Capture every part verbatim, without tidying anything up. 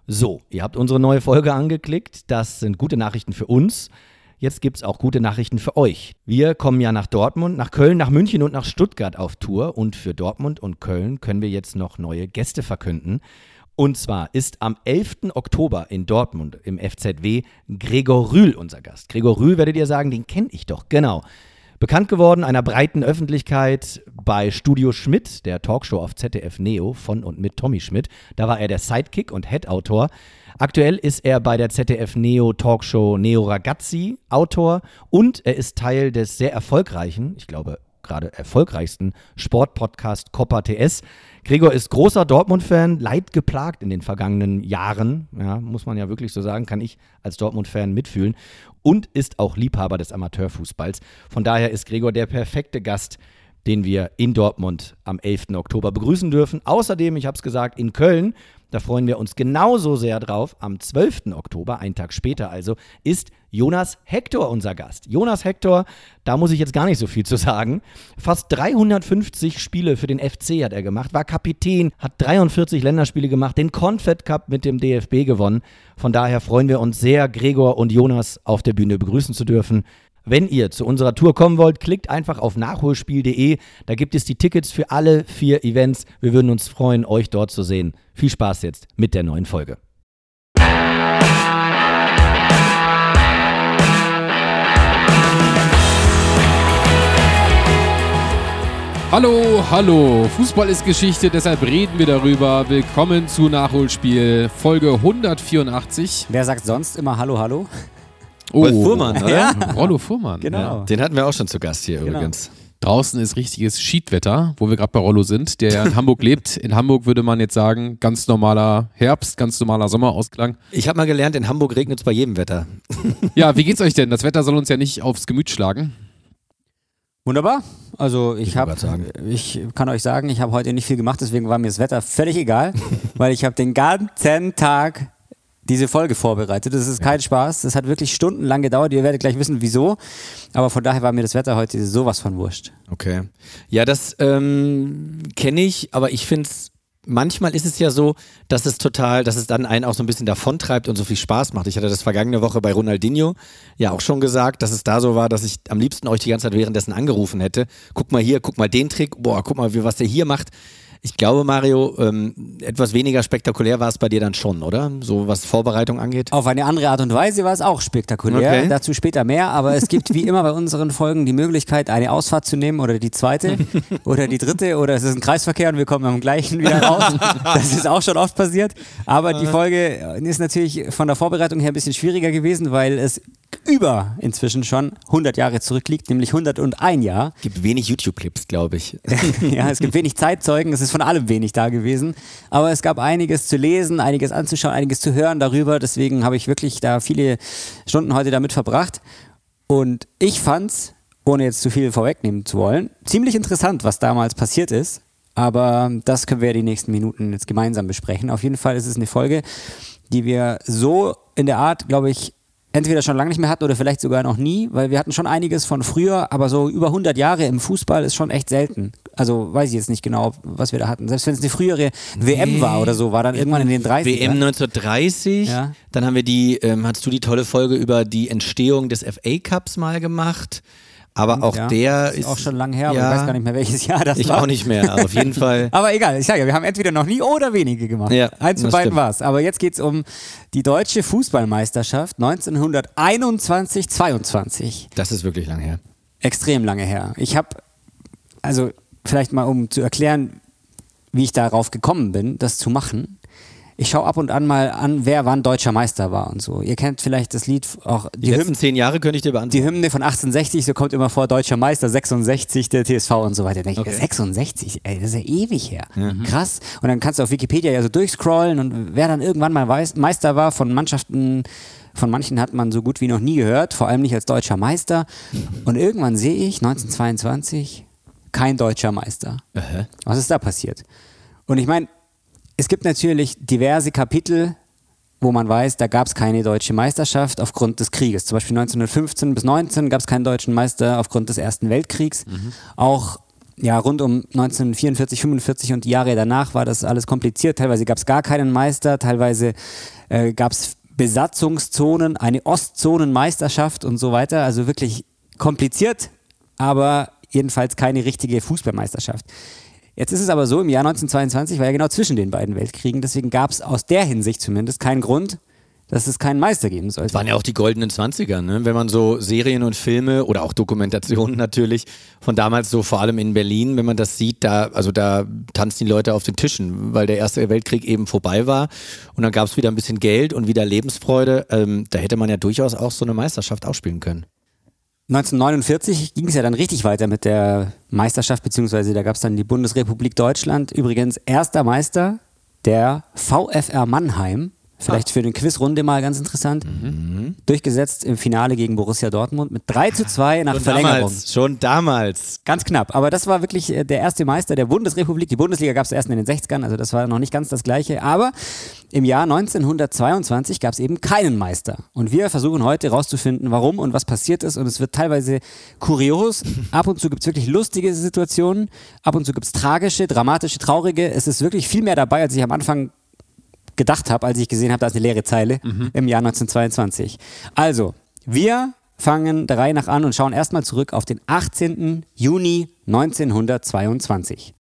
So, ihr habt unsere neue Folge angeklickt. Das sind gute Nachrichten für uns. Jetzt gibt es auch gute Nachrichten für euch. Wir kommen ja nach Dortmund, nach Köln, nach München und nach Stuttgart auf Tour. Und für Dortmund und Köln können wir jetzt noch neue Gäste verkünden. Und zwar ist am elften Oktober in Dortmund im F Z W Gregor Rühl unser Gast. Gregor Rühl, werdet ihr sagen, den kenne ich doch, genau. Bekannt geworden einer breiten Öffentlichkeit bei Studio Schmidt, der Talkshow auf Z D F Neo von und mit Tommy Schmidt. Da war er der Sidekick und Head-Autor. Aktuell ist er bei der Z D F Neo Talkshow Neo Ragazzi Autor und er ist Teil des sehr erfolgreichen, ich glaube gerade erfolgreichsten Sportpodcast Copa T S. Gregor ist großer Dortmund-Fan, leidgeplagt in den vergangenen Jahren, ja, muss man ja wirklich so sagen, kann ich als Dortmund-Fan mitfühlen und ist auch Liebhaber des Amateurfußballs. Von daher ist Gregor der perfekte Gast, den wir in Dortmund am elften Oktober begrüßen dürfen. Außerdem, ich habe es gesagt, in Köln, da freuen wir uns genauso sehr drauf, am zwölften Oktober, einen Tag später also, ist Jonas Hector unser Gast. Jonas Hector, da muss ich jetzt gar nicht so viel zu sagen. Fast dreihundertfünfzig Spiele für den F C hat er gemacht, war Kapitän, hat dreiundvierzig Länderspiele gemacht, den Confed Cup mit dem D F B gewonnen. Von daher freuen wir uns sehr, Gregor und Jonas auf der Bühne begrüßen zu dürfen. Wenn ihr zu unserer Tour kommen wollt, klickt einfach auf nachholspiel punkt de. Da gibt es die Tickets für alle vier Events. Wir würden uns freuen, euch dort zu sehen. Viel Spaß jetzt mit der neuen Folge. Hallo, hallo. Fußball ist Geschichte, deshalb reden wir darüber. Willkommen zu Nachholspiel, Folge hundertvierundachtzig. Wer sagt sonst immer Hallo, hallo? Oh, Rolf Fuhrmann, oder? Ja. Rollo Fuhrmann. Genau. Ja. Den hatten wir auch schon zu Gast hier Genau. übrigens. Draußen ist richtiges Schiedwetter, wo wir gerade bei Rollo sind, der ja in Hamburg lebt. In Hamburg würde man jetzt sagen, ganz normaler Herbst, ganz normaler Sommerausklang. Ich habe mal gelernt, in Hamburg regnet es bei jedem Wetter. Ja, wie geht's euch denn? Das Wetter soll uns ja nicht aufs Gemüt schlagen. Wunderbar. Also ich, Ich hab, wollte gerade sagen. ich kann euch sagen, ich habe heute nicht viel gemacht, deswegen war mir das Wetter völlig egal, weil ich habe den ganzen Tag diese Folge vorbereitet. Das ist kein Spaß. Das hat wirklich stundenlang gedauert. Ihr werdet gleich wissen, wieso. Aber von daher war mir das Wetter heute sowas von wurscht. Okay. Ja, das ähm, kenne ich, aber ich finde es, manchmal ist es ja so, dass es total, dass es dann einen auch so ein bisschen davontreibt und so viel Spaß macht. Ich hatte das vergangene Woche bei Ronaldinho ja auch schon gesagt, dass es da so war, dass ich am liebsten euch die ganze Zeit währenddessen angerufen hätte. Guck mal hier, guck mal den Trick, boah, guck mal, wie, was der hier macht. Ich glaube, Mario, ähm, etwas weniger spektakulär war es bei dir dann schon, oder? So was Vorbereitung angeht? Auf eine andere Art und Weise war es auch spektakulär. Okay. Dazu später mehr. Aber es gibt wie immer bei unseren Folgen die Möglichkeit, eine Ausfahrt zu nehmen oder die zweite oder die dritte oder es ist ein Kreisverkehr und wir kommen am gleichen wieder raus. Das ist auch schon oft passiert. Aber die Folge ist natürlich von der Vorbereitung her ein bisschen schwieriger gewesen, weil es über inzwischen schon hundert Jahre zurückliegt, nämlich hunderteins Jahr. Es gibt wenig YouTube-Clips, glaube ich. Ja, es gibt wenig Zeitzeugen, es ist von allem wenig da gewesen, aber es gab einiges zu lesen, einiges anzuschauen, einiges zu hören darüber, deswegen habe ich wirklich da viele Stunden heute damit verbracht und ich fand's, ohne jetzt zu viel vorwegnehmen zu wollen, ziemlich interessant, was damals passiert ist, aber das können wir ja die nächsten Minuten jetzt gemeinsam besprechen. Auf jeden Fall ist es eine Folge, die wir so in der Art, glaube ich, entweder schon lange nicht mehr hatten oder vielleicht sogar noch nie, weil wir hatten schon einiges von früher, aber so über hundert Jahre im Fußball ist schon echt selten. Also weiß ich jetzt nicht genau, was wir da hatten. Selbst wenn es eine frühere nee. W M war oder so, war dann irgendwann in den dreißigern. W M neunzehnhundertdreißig, ja. Dann haben wir die, ähm, hast du die tolle Folge über die Entstehung des F A Cups mal gemacht. Aber auch ja, der ist, ist auch schon lange her, aber ja, ich weiß gar nicht mehr, welches Jahr das ich war. Ich auch nicht mehr, auf jeden Fall. Aber egal, ich sage ja, wir haben entweder noch nie oder wenige gemacht. Ja, Eins von beiden war es. Aber jetzt geht es um die deutsche Fußballmeisterschaft neunzehnhunderteinundzwanzig zweiundzwanzig. Das ist wirklich lange her. Extrem lange her. Ich habe, also vielleicht mal um zu erklären, wie ich darauf gekommen bin, das zu machen. Ich schaue ab und an mal an, wer wann deutscher Meister war und so. Ihr kennt vielleicht das Lied auch. Die, die letzten Hymne, zehn Jahre könnte ich dir beantworten. Die Hymne von achtzehnhundertsechzig, so kommt immer vor, deutscher Meister, sechsundsechzig, der T S V und so weiter. Da denke ich, okay. sechsundsechzig, ey, das ist ja ewig her. Mhm. Krass. Und dann kannst du auf Wikipedia ja so durchscrollen und wer dann irgendwann mal weiß, Meister war von Mannschaften, von manchen hat man so gut wie noch nie gehört, vor allem nicht als deutscher Meister. Und irgendwann sehe ich, neunzehnhundertzweiundzwanzig, kein deutscher Meister. Aha. Was ist da passiert? Und ich meine, es gibt natürlich diverse Kapitel, wo man weiß, da gab es keine deutsche Meisterschaft aufgrund des Krieges. Zum Beispiel neunzehnhundertfünfzehn bis neunzehn gab es keinen deutschen Meister aufgrund des Ersten Weltkriegs. Mhm. Auch ja, rund um neunzehnhundertvierundvierzig, fünfundvierzig und die Jahre danach war das alles kompliziert. Teilweise gab es gar keinen Meister, teilweise äh, gab es Besatzungszonen, eine Ostzonenmeisterschaft und so weiter. Also wirklich kompliziert, aber jedenfalls keine richtige Fußballmeisterschaft. Jetzt ist es aber so, im Jahr neunzehnhundertzweiundzwanzig war ja genau zwischen den beiden Weltkriegen, deswegen gab es aus der Hinsicht zumindest keinen Grund, dass es keinen Meister geben sollte. Das waren ja auch die goldenen Zwanziger, ne? Wenn man so Serien und Filme oder auch Dokumentationen natürlich von damals so, vor allem in Berlin, wenn man das sieht, da, also da tanzen die Leute auf den Tischen, weil der Erste Weltkrieg eben vorbei war und dann gab es wieder ein bisschen Geld und wieder Lebensfreude. Ähm, da hätte man ja durchaus auch so eine Meisterschaft ausspielen können. neunzehnhundertneunundvierzig ging es ja dann richtig weiter mit der Meisterschaft, beziehungsweise da gab es dann die Bundesrepublik Deutschland. Übrigens erster Meister der VfR Mannheim. Vielleicht für eine Quizrunde mal ganz interessant. Mhm. Durchgesetzt im Finale gegen Borussia Dortmund mit drei zu zwei nach schon Verlängerung. Damals, schon damals. Ganz knapp. Aber das war wirklich der erste Meister der Bundesrepublik. Die Bundesliga gab es erst in den sechzigern, also das war noch nicht ganz das Gleiche. Aber im Jahr neunzehnhundertzweiundzwanzig gab es eben keinen Meister. Und wir versuchen heute rauszufinden, warum und was passiert ist. Und es wird teilweise kurios. Ab und zu gibt es wirklich lustige Situationen. Ab und zu gibt es tragische, dramatische, traurige. Es ist wirklich viel mehr dabei, als ich am Anfang gedacht habe, als ich gesehen habe, da ist eine leere Zeile mhm. im Jahr neunzehnhundertzweiundzwanzig. Also, wir fangen der Reihe nach an und schauen erstmal zurück auf den achtzehnten Juni neunzehnhundertzweiundzwanzig.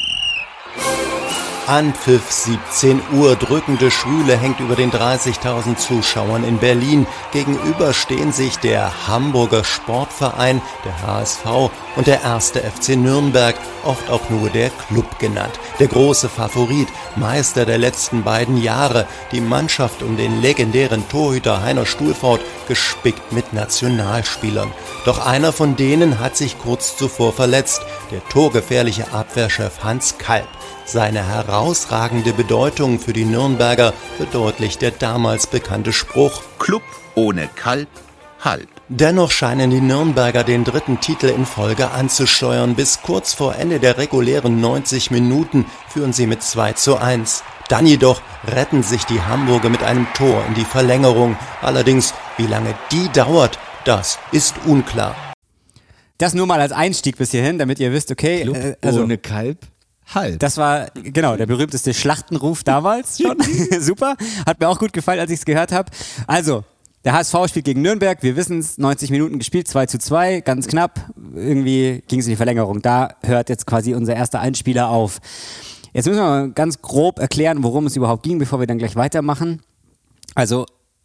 Anpfiff siebzehn Uhr, drückende Schwüle hängt über den dreißigtausend Zuschauern in Berlin. Gegenüber stehen sich der Hamburger Sportverein, der H S V und der erste F C Nürnberg, oft auch nur der Club genannt. Der große Favorit, Meister der letzten beiden Jahre, die Mannschaft um den legendären Torhüter Heiner Stuhlfort, gespickt mit Nationalspielern. Doch einer von denen hat sich kurz zuvor verletzt, der torgefährliche Abwehrchef Hans Kalb. Seine herausragende Bedeutung für die Nürnberger verdeutlicht der damals bekannte Spruch: Club ohne Kalb, halb. Dennoch scheinen die Nürnberger den dritten Titel in Folge anzusteuern. Bis kurz vor Ende der regulären neunzig Minuten führen sie mit zwei zu eins. Dann jedoch retten sich die Hamburger mit einem Tor in die Verlängerung. Allerdings, wie lange die dauert, das ist unklar. Das nur mal als Einstieg bis hierhin, damit ihr wisst, okay, Club äh, also ohne Kalb. Halt. Das war, genau, der berühmteste Schlachtenruf damals schon. Super. Hat mir auch gut gefallen, als ich es gehört habe. Also, der H S V spielt gegen Nürnberg. Wir wissen es, neunzig Minuten gespielt, zwei zu zwei, ganz knapp. Irgendwie ging es in die Verlängerung. Da hört jetzt quasi unser erster Einspieler auf. Jetzt müssen wir mal ganz grob erklären, worum es überhaupt ging, bevor wir dann gleich weitermachen. Also,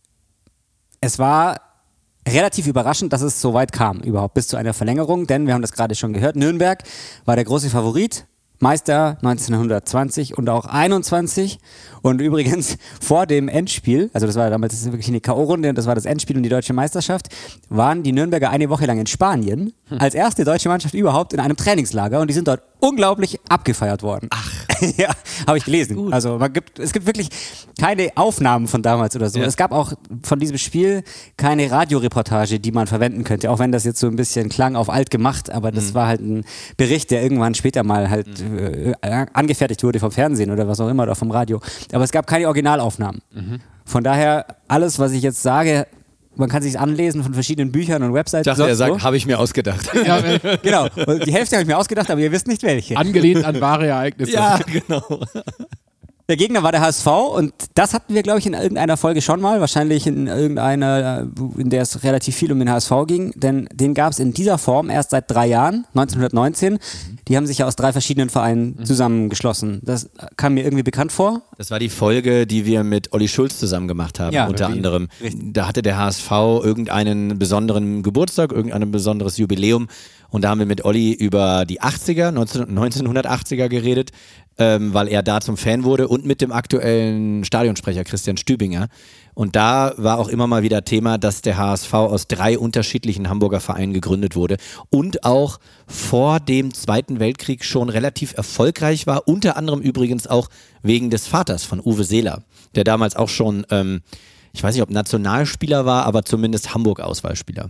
es war relativ überraschend, dass es so weit kam, überhaupt bis zu einer Verlängerung. Denn, wir haben das gerade schon gehört, Nürnberg war der große Favorit. Meister neunzehnhundertzwanzig und auch einundzwanzig und übrigens vor dem Endspiel, also das war damals wirklich eine K O-Runde und das war das Endspiel um die deutsche Meisterschaft, waren die Nürnberger eine Woche lang in Spanien als erste deutsche Mannschaft überhaupt in einem Trainingslager und die sind dort unglaublich abgefeiert worden. Ach. Ja, habe ich gelesen. Gut. Also man gibt, es gibt wirklich keine Aufnahmen von damals oder so. Ja. Es gab auch von diesem Spiel keine Radioreportage, die man verwenden könnte, auch wenn das jetzt so ein bisschen klang auf alt gemacht, aber das mhm. war halt ein Bericht, der irgendwann später mal halt mhm. äh, angefertigt wurde vom Fernsehen oder was auch immer oder vom Radio. Aber es gab keine Originalaufnahmen. Mhm. Von daher, alles, was ich jetzt sage, man kann sich anlesen von verschiedenen Büchern und Websites. Ich dachte, er sagt, so. Habe ich mir ausgedacht. Ja, genau, die Hälfte habe ich mir ausgedacht, aber ihr wisst nicht welche. Angelehnt an wahre Ereignisse. Ja, genau. Der Gegner war der H S V und das hatten wir, glaube ich, in irgendeiner Folge schon mal, wahrscheinlich in irgendeiner, in der es relativ viel um den H S V ging, denn den gab es in dieser Form erst seit drei Jahren, neunzehnhundertneunzehn. Die haben sich ja aus drei verschiedenen Vereinen zusammengeschlossen. Das kam mir irgendwie bekannt vor. Das war die Folge, die wir mit Olli Schulz zusammen gemacht haben, ja, unter anderem. Richtig. Da hatte der H S V irgendeinen besonderen Geburtstag, irgendein besonderes Jubiläum und da haben wir mit Olli über die achtziger, neunzehnhundertachtziger geredet, ähm, weil er da zum Fan wurde und mit dem aktuellen Stadionsprecher Christian Stübinger. Und da war auch immer mal wieder Thema, dass der H S V aus drei unterschiedlichen Hamburger Vereinen gegründet wurde und auch vor dem Zweiten Weltkrieg schon relativ erfolgreich war, unter anderem übrigens auch wegen des Vaters von Uwe Seeler, der damals auch schon, ähm, ich weiß nicht, ob Nationalspieler war, aber zumindest Hamburg-Auswahlspieler.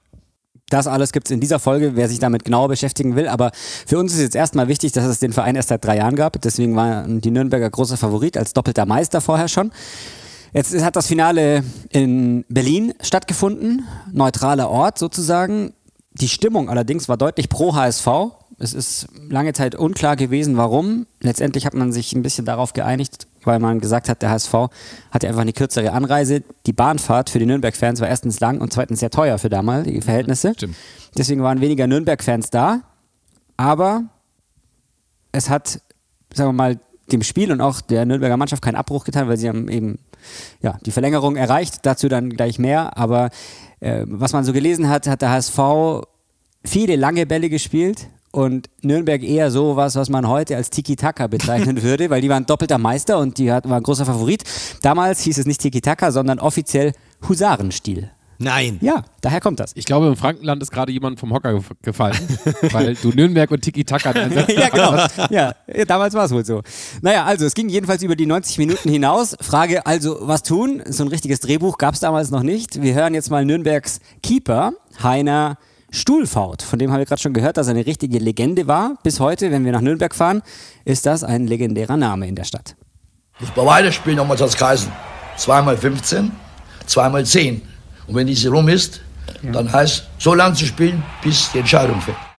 Das alles gibt es in dieser Folge, wer sich damit genauer beschäftigen will. Aber für uns ist jetzt erstmal wichtig, dass es den Verein erst seit drei Jahren gab. Deswegen waren die Nürnberger großer Favorit als doppelter Meister vorher schon. Jetzt hat das Finale in Berlin stattgefunden, neutraler Ort sozusagen. Die Stimmung allerdings war deutlich pro H S V. Es ist lange Zeit unklar gewesen, warum. Letztendlich hat man sich ein bisschen darauf geeinigt, weil man gesagt hat, der H S V hatte einfach eine kürzere Anreise. Die Bahnfahrt für die Nürnberg-Fans war erstens lang und zweitens sehr teuer für damalige Verhältnisse. Stimmt. Deswegen waren weniger Nürnberg-Fans da. Aber es hat, sagen wir mal, dem Spiel und auch der Nürnberger Mannschaft keinen Abbruch getan, weil sie haben eben ja, die Verlängerung erreicht. Dazu dann gleich mehr. Aber äh, was man so gelesen hat, hat der H S V viele lange Bälle gespielt. Und Nürnberg eher so was, was man heute als Tiki-Taka bezeichnen würde, weil die waren doppelter Meister und die waren ein großer Favorit. Damals hieß es nicht Tiki-Taka, sondern offiziell Husarenstil. Nein. Ja, daher kommt das. Ich glaube, im Frankenland ist gerade jemand vom Hocker gef- gefallen, weil du Nürnberg und Tiki-Taka einsetzt. Ja, genau. Ja, damals war es wohl so. Naja, also es ging jedenfalls über die neunzig Minuten hinaus. Frage also, was tun? So ein richtiges Drehbuch gab es damals noch nicht. Wir hören jetzt mal Nürnbergs Keeper, Heiner Stuhlfaut, von dem haben wir gerade schon gehört, dass er eine richtige Legende war. Bis heute, wenn wir nach Nürnberg fahren, ist das ein legendärer Name in der Stadt. Das Baweiler-Spiel nochmals hat es geheißen. Zweimal fünfzehn, zweimal zehn. Und wenn diese rum ist, dann heißt so lange zu spielen, bis die Entscheidung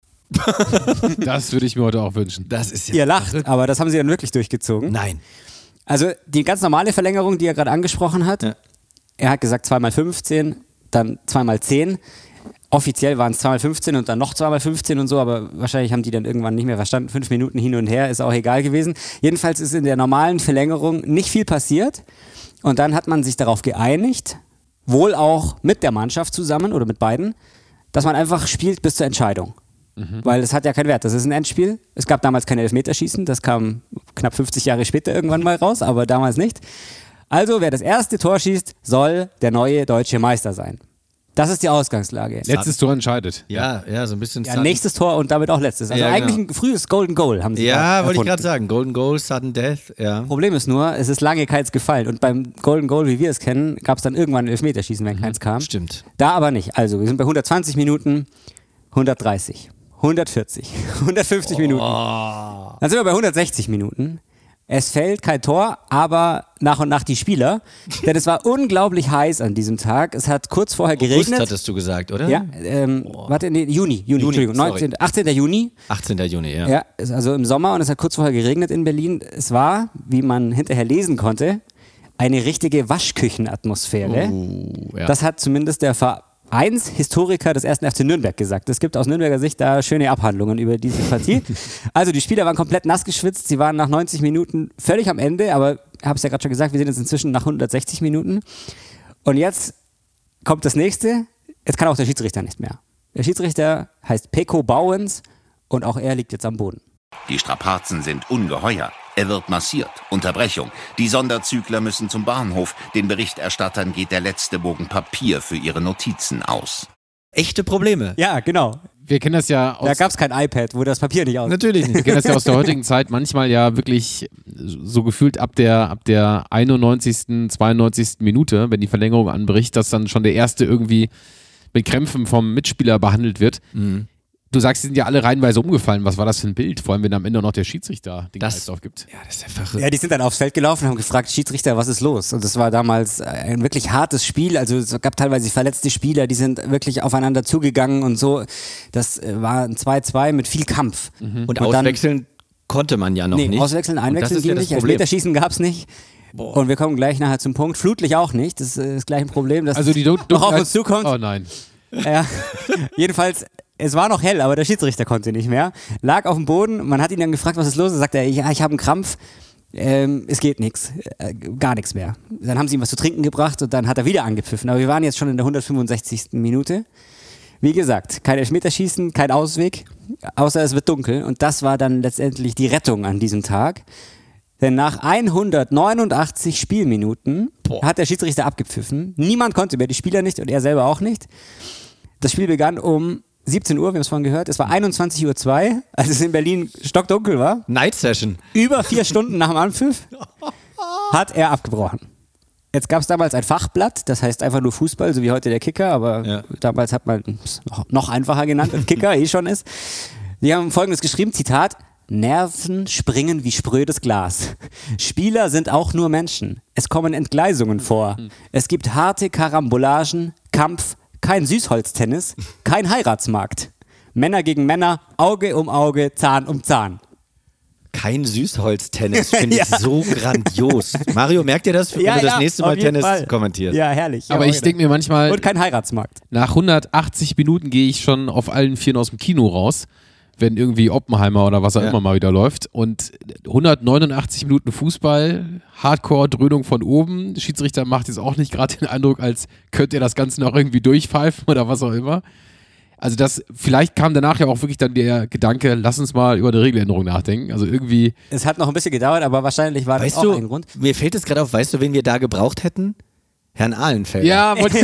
fällt. Das würde ich mir heute auch wünschen. Das ist ja Ihr lacht, aber das haben sie dann wirklich durchgezogen. Nein. Also die ganz normale Verlängerung, die er gerade angesprochen hat, Ja. er hat gesagt zweimal fünfzehn, dann zweimal zehn. Offiziell waren es zweimal fünfzehn und dann noch zweimal fünfzehn und so, aber wahrscheinlich haben die dann irgendwann nicht mehr verstanden. Fünf Minuten hin und her, ist auch egal gewesen. Jedenfalls ist in der normalen Verlängerung nicht viel passiert und dann hat man sich darauf geeinigt, wohl auch mit der Mannschaft zusammen oder mit beiden, dass man einfach spielt bis zur Entscheidung. Mhm. Weil es hat ja keinen Wert, das ist ein Endspiel. Es gab damals kein Elfmeterschießen, das kam knapp fünfzig Jahre später irgendwann mal raus, aber damals nicht. Also wer das erste Tor schießt, soll der neue deutsche Meister sein. Das ist die Ausgangslage. Letztes Tor entscheidet. Ja, ja, so ein bisschen. Ja, sudden- nächstes Tor und damit auch letztes. Also Ja, eigentlich genau. ein frühes Golden Goal haben sie da Ja, wollte ich erfunden. gerade sagen. Golden Goal, Sudden Death, ja. Problem ist nur, es ist lange keins gefallen. Und beim Golden Goal, wie wir es kennen, gab es dann irgendwann ein Elfmeterschießen, wenn keins kam. Stimmt. Da aber nicht. Also wir sind bei hundertzwanzig Minuten, hundertdreißig, hundertvierzig, hundertfünfzig Minuten. Dann sind wir bei hundertsechzig Minuten. Es fällt kein Tor, aber nach und nach die Spieler. Denn es war unglaublich heiß an diesem Tag. Es hat kurz vorher August geregnet. hattest du gesagt, oder? Ja, ähm, warte, nee, Juni, Juni, Entschuldigung, sorry. neunzehnten, achtzehnten Juni. achtzehnten Juni, ja. Ja, ist also im Sommer und es hat kurz vorher geregnet in Berlin. Es war, wie man hinterher lesen konnte, eine richtige Waschküchenatmosphäre. Uh, ja. Das hat zumindest der Vereinshistoriker des ersten F C Nürnberg gesagt. Es gibt aus Nürnberger Sicht da schöne Abhandlungen über diese Partie. Also die Spieler waren komplett nass geschwitzt. Sie waren nach neunzig Minuten völlig am Ende, aber ich habe es ja gerade schon gesagt, wir sind jetzt inzwischen nach hundertsechzig Minuten. Und jetzt kommt das nächste. Jetzt kann auch der Schiedsrichter nicht mehr. Der Schiedsrichter heißt Peko Bauens und auch er liegt jetzt am Boden. Die Strapazen sind ungeheuer. Er wird massiert. Unterbrechung. Die Sonderzügler müssen zum Bahnhof. Den Berichterstattern geht der letzte Bogen Papier für ihre Notizen aus. Echte Probleme. Ja, genau. Wir kennen das ja aus, Da gab es kein iPad, wo das Papier nicht aus. Natürlich wir nicht. kennen das ja aus der heutigen Zeit manchmal ja wirklich so gefühlt ab der, ab der einundneunzigsten, zweiundneunzigsten Minute, wenn die Verlängerung anbricht, dass dann schon der Erste irgendwie mit Krämpfen vom Mitspieler behandelt wird. Mhm. Du sagst, die sind ja alle reihenweise umgefallen. Was war das für ein Bild? Vor allem, wenn am Ende noch der Schiedsrichter den Das- Geist aufgibt. Ja, das ist ja verrückt. Ja, die sind dann aufs Feld gelaufen und haben gefragt, Schiedsrichter, was ist los? Und das war damals ein wirklich hartes Spiel. Also es gab teilweise verletzte Spieler, die sind wirklich aufeinander zugegangen und so. Das äh, war ein zwei zwei mit viel Kampf. Und, Und dann- auswechseln konnte man ja noch Nee, nicht. auswechseln, Und das einwechseln ist ja ging das nicht, Problem. Elfmeterschießen gab es nicht. Und wir kommen gleich nachher zum Punkt. Flutlicht auch nicht. Das ist das gleiche Problem, das Also die Dun- noch auf Dunkelheit- uns zukommt. Oh nein. Ja, jedenfalls, es war noch hell, aber der Schiedsrichter konnte nicht mehr. Lag auf dem Boden, man hat ihn dann gefragt, was ist los? Da sagt er, ja, ich habe einen Krampf, ähm, es geht nichts, äh, gar nichts mehr. Dann haben sie ihm was zu trinken gebracht und dann hat er wieder angepfiffen. Aber wir waren jetzt schon in der hundertfünfundsechzigsten Minute. Wie gesagt, kein Elfmeterschießen, kein Ausweg, außer es wird dunkel. Und das war dann letztendlich die Rettung an diesem Tag. Denn nach hundertneunundachtzig Spielminuten Boah. hat der Schiedsrichter abgepfiffen. Niemand konnte mehr, die Spieler nicht und er selber auch nicht. Das Spiel begann um siebzehn Uhr, wir haben es vorhin gehört. Es war einundzwanzig Uhr zwei, als es in Berlin stockdunkel war. Night Session. Über vier Stunden nach dem Anpfiff hat er abgebrochen. Jetzt gab es damals ein Fachblatt, das heißt einfach nur Fußball, so wie heute der Kicker, aber Ja. damals hat man es noch, noch einfacher genannt, als Kicker eh schon ist. Die haben Folgendes geschrieben, Zitat, Nerven springen wie sprödes Glas. Spieler sind auch nur Menschen. Es kommen Entgleisungen vor. Es gibt harte Karambolagen, Kampf, kein Süßholztennis, kein Heiratsmarkt. Männer gegen Männer, Auge um Auge, Zahn um Zahn. Kein Süßholz-Tennis, finde ich Ja. so grandios. Mario, merkt ihr das, wenn Ja, du das ja, nächste auf Mal jeden Tennis Fall. kommentierst? Ja, herrlich. Aber ja, ich denke mir manchmal, Und kein Heiratsmarkt. nach hundertachtzig Minuten gehe ich schon auf allen Vieren aus dem Kino raus, wenn irgendwie Oppenheimer oder was auch Ja. immer mal wieder läuft. Und hundertneunundachtzig Minuten Fußball, Hardcore-Dröhnung von oben. Der Schiedsrichter macht jetzt auch nicht gerade den Eindruck, als könnte er das Ganze noch irgendwie durchpfeifen oder was auch immer. Also das, vielleicht kam danach ja auch wirklich dann der Gedanke, lass uns mal über eine Regeländerung nachdenken. Also irgendwie, Es hat noch ein bisschen gedauert, aber wahrscheinlich war Weißt das auch du, ein Grund. mir fällt es gerade auf, weißt du, wen wir da gebraucht hätten? Herrn Ahlenfelder. ja, wollte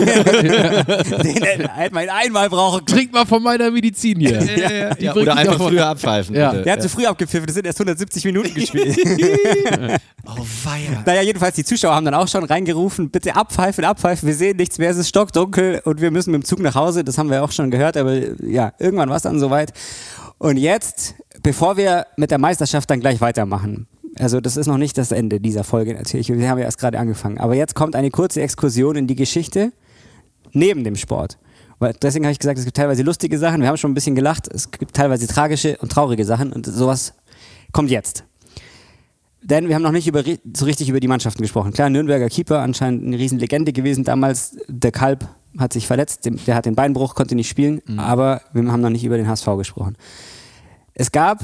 Den hätte man einmal brauchen können. trink mal von meiner Medizin hier. Die Ja, bringt oder mich einfach davon. früher abpfeifen. Ja. bitte. Der hat zu früh abgepfiffen, das sind erst hundertsiebzig Minuten gespielt. Oh, weia. Naja, jedenfalls, die Zuschauer haben dann auch schon reingerufen, bitte abpfeifen, abpfeifen, wir sehen nichts mehr, es ist stockdunkel und wir müssen mit dem Zug nach Hause, das haben wir auch schon gehört, aber ja, irgendwann war es dann soweit. Und jetzt, bevor wir mit der Meisterschaft dann gleich weitermachen, also das ist noch nicht das Ende dieser Folge natürlich, wir haben ja erst gerade angefangen, aber jetzt kommt eine kurze Exkursion in die Geschichte neben dem Sport. Weil deswegen habe ich gesagt, es gibt teilweise lustige Sachen, wir haben schon ein bisschen gelacht, es gibt teilweise tragische und traurige Sachen und sowas kommt jetzt. Denn wir haben noch nicht über, so richtig über die Mannschaften gesprochen. Klar, Nürnberger Keeper, anscheinend eine Riesenlegende gewesen damals. Der Kalb hat sich verletzt, der hat den Beinbruch, konnte nicht spielen, mhm. aber wir haben noch nicht über den H S V gesprochen. Es gab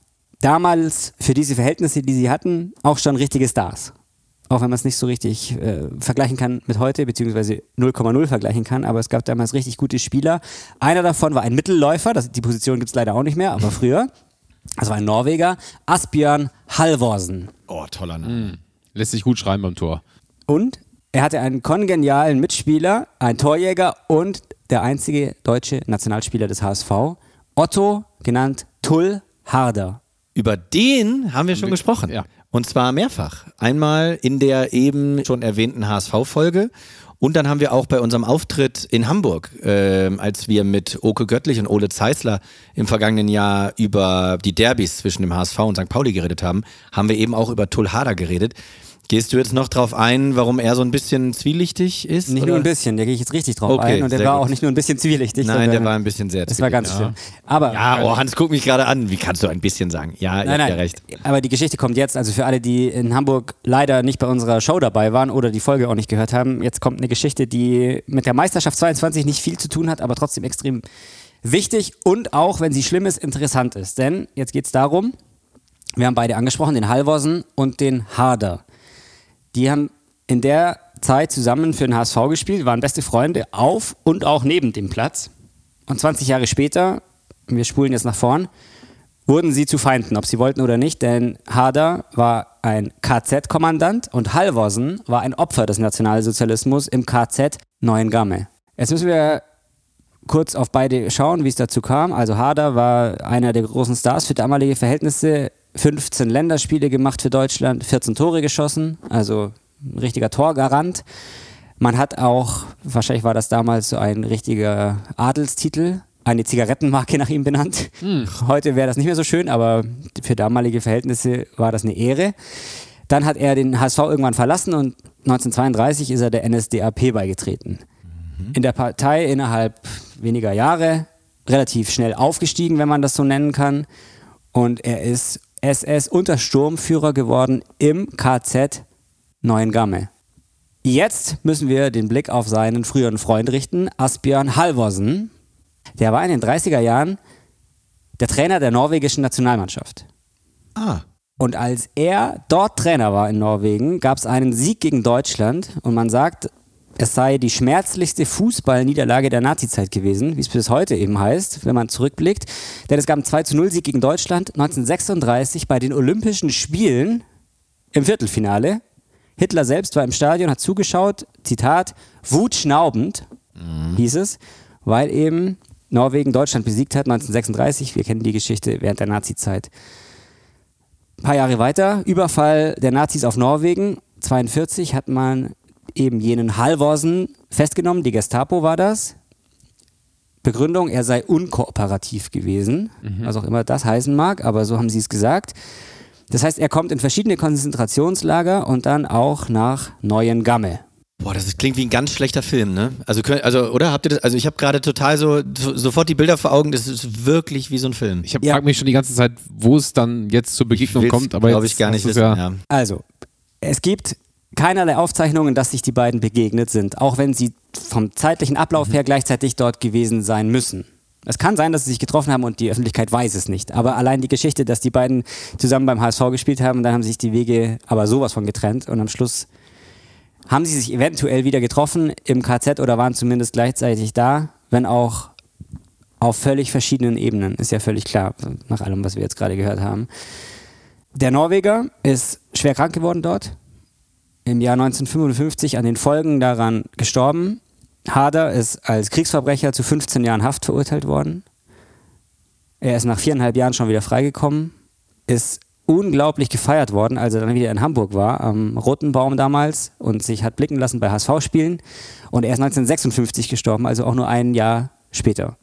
damals für diese Verhältnisse, die sie hatten, auch schon richtige Stars. Auch wenn man es nicht so richtig äh, vergleichen kann mit heute, beziehungsweise null Komma null vergleichen kann, aber es gab damals richtig gute Spieler. Einer davon war ein Mittelläufer, das, die Position gibt es leider auch nicht mehr, aber früher. Das war ein Norweger, Asbjørn Halvorsen. Oh, toller Name. Mhm. Lässt sich gut schreiben beim Tor. Und er hatte einen kongenialen Mitspieler, einen Torjäger und der einzige deutsche Nationalspieler des H S V, Otto, genannt Tull Harder. Über den haben wir schon gesprochen. Ja. Und zwar mehrfach. Einmal in der eben schon erwähnten H S V-Folge. Und dann haben wir auch bei unserem Auftritt in Hamburg, äh, als wir mit Oke Göttlich und Ole Zeisler im vergangenen Jahr über die Derbys zwischen dem H S V und Sankt Pauli geredet haben, haben wir eben auch über Tull Harder geredet. Gehst du jetzt noch drauf ein, warum er so ein bisschen zwielichtig ist? Nicht oder? nur ein bisschen, da gehe ich jetzt richtig drauf Okay, ein. Und der sehr war gut. auch nicht nur ein bisschen zwielichtig. Nein, der sondern war ein bisschen sehr Das war ganz zwielichtig. schlimm. Aber, Ja, oh, Hans, guck mich gerade an. Wie kannst du ein bisschen sagen? Ja, ihr nein, habt nein, ja recht. aber die Geschichte kommt jetzt. Also für alle, die in Hamburg leider nicht bei unserer Show dabei waren oder die Folge auch nicht gehört haben, jetzt kommt eine Geschichte, die mit der Meisterschaft zweiundzwanzig nicht viel zu tun hat, aber trotzdem extrem wichtig und auch, wenn sie schlimm ist, interessant ist. Denn jetzt geht es darum, wir haben beide angesprochen, den Halvorsen und den Harder. Die haben in der Zeit zusammen für den H S V gespielt, waren beste Freunde auf und auch neben dem Platz. Und zwanzig Jahre später, wir spulen jetzt nach vorn, wurden sie zu Feinden, ob sie wollten oder nicht, denn Harder war ein K Z-Kommandant und Halvorsen war ein Opfer des Nationalsozialismus im K Z Neuengamme. Jetzt müssen wir kurz auf beide schauen, wie es dazu kam. Also Harder war einer der großen Stars für damalige Verhältnisse, fünfzehn Länderspiele gemacht für Deutschland, vierzehn Tore geschossen, also ein richtiger Torgarant. Man hat auch, wahrscheinlich war das damals so ein richtiger Adelstitel, eine Zigarettenmarke nach ihm benannt. Hm. Heute wäre das nicht mehr so schön, aber für damalige Verhältnisse war das eine Ehre. Dann hat er den H S V irgendwann verlassen und neunzehnhundertzweiunddreißig ist er der N S D A P beigetreten. Mhm. In der Partei innerhalb weniger Jahre relativ schnell aufgestiegen, wenn man das so nennen kann. Und er ist S S-Untersturmführer geworden im K Z Neuengamme. Jetzt müssen wir den Blick auf seinen früheren Freund richten, Asbjørn Halvorsen. Der war in den dreißiger Jahren der Trainer der norwegischen Nationalmannschaft. Ah. Und als er dort Trainer war in Norwegen, gab es einen Sieg gegen Deutschland und man sagt, es sei die schmerzlichste Fußballniederlage der Nazizeit gewesen, wie es bis heute eben heißt, wenn man zurückblickt. Denn es gab einen zwei zu null Sieg gegen Deutschland neunzehnhundertsechsunddreißig bei den Olympischen Spielen im Viertelfinale. Hitler selbst war im Stadion, hat zugeschaut, Zitat, wutschnaubend, mhm. hieß es, weil eben Norwegen Deutschland besiegt hat neunzehnhundertsechsunddreißig. Wir kennen die Geschichte während der Nazizeit. Ein paar Jahre weiter, Überfall der Nazis auf Norwegen. zweiundvierzig hat man eben jenen Halvorsen festgenommen, die Gestapo war das. Begründung, er sei unkooperativ gewesen, mhm. was auch immer das heißen mag, aber so haben sie es gesagt. Das heißt, er kommt in verschiedene Konzentrationslager und dann auch nach Neuengamme. Boah, das ist, klingt wie ein ganz schlechter Film, ne? Also, könnt, also oder habt ihr das? Also ich habe gerade total so, so sofort die Bilder vor Augen. Das ist wirklich wie so ein Film. Ich Ja. frage mich schon die ganze Zeit, wo es dann jetzt zur Begegnung kommt, aber glaube jetzt ich gar nicht hast du's wissen. ja, Ja. Also, es gibt keinerlei Aufzeichnungen, dass sich die beiden begegnet sind, auch wenn sie vom zeitlichen Ablauf her gleichzeitig dort gewesen sein müssen. Es kann sein, dass sie sich getroffen haben und die Öffentlichkeit weiß es nicht. Aber allein die Geschichte, dass die beiden zusammen beim H S V gespielt haben, dann haben sich die Wege aber sowas von getrennt und am Schluss haben sie sich eventuell wieder getroffen im K Z oder waren zumindest gleichzeitig da, wenn auch auf völlig verschiedenen Ebenen, ist ja völlig klar, nach allem, was wir jetzt gerade gehört haben. Der Norweger ist schwer krank geworden dort, im Jahr neunzehnhundertfünfundfünfzig an den Folgen daran gestorben. Harder ist als Kriegsverbrecher zu fünfzehn Jahren Haft verurteilt worden. Er ist nach viereinhalb Jahren schon wieder freigekommen, ist unglaublich gefeiert worden, als er dann wieder in Hamburg war, am Roten Baum damals und sich hat blicken lassen bei H S V-Spielen. Und er ist neunzehnhundertsechsundfünfzig gestorben, also auch nur ein Jahr später.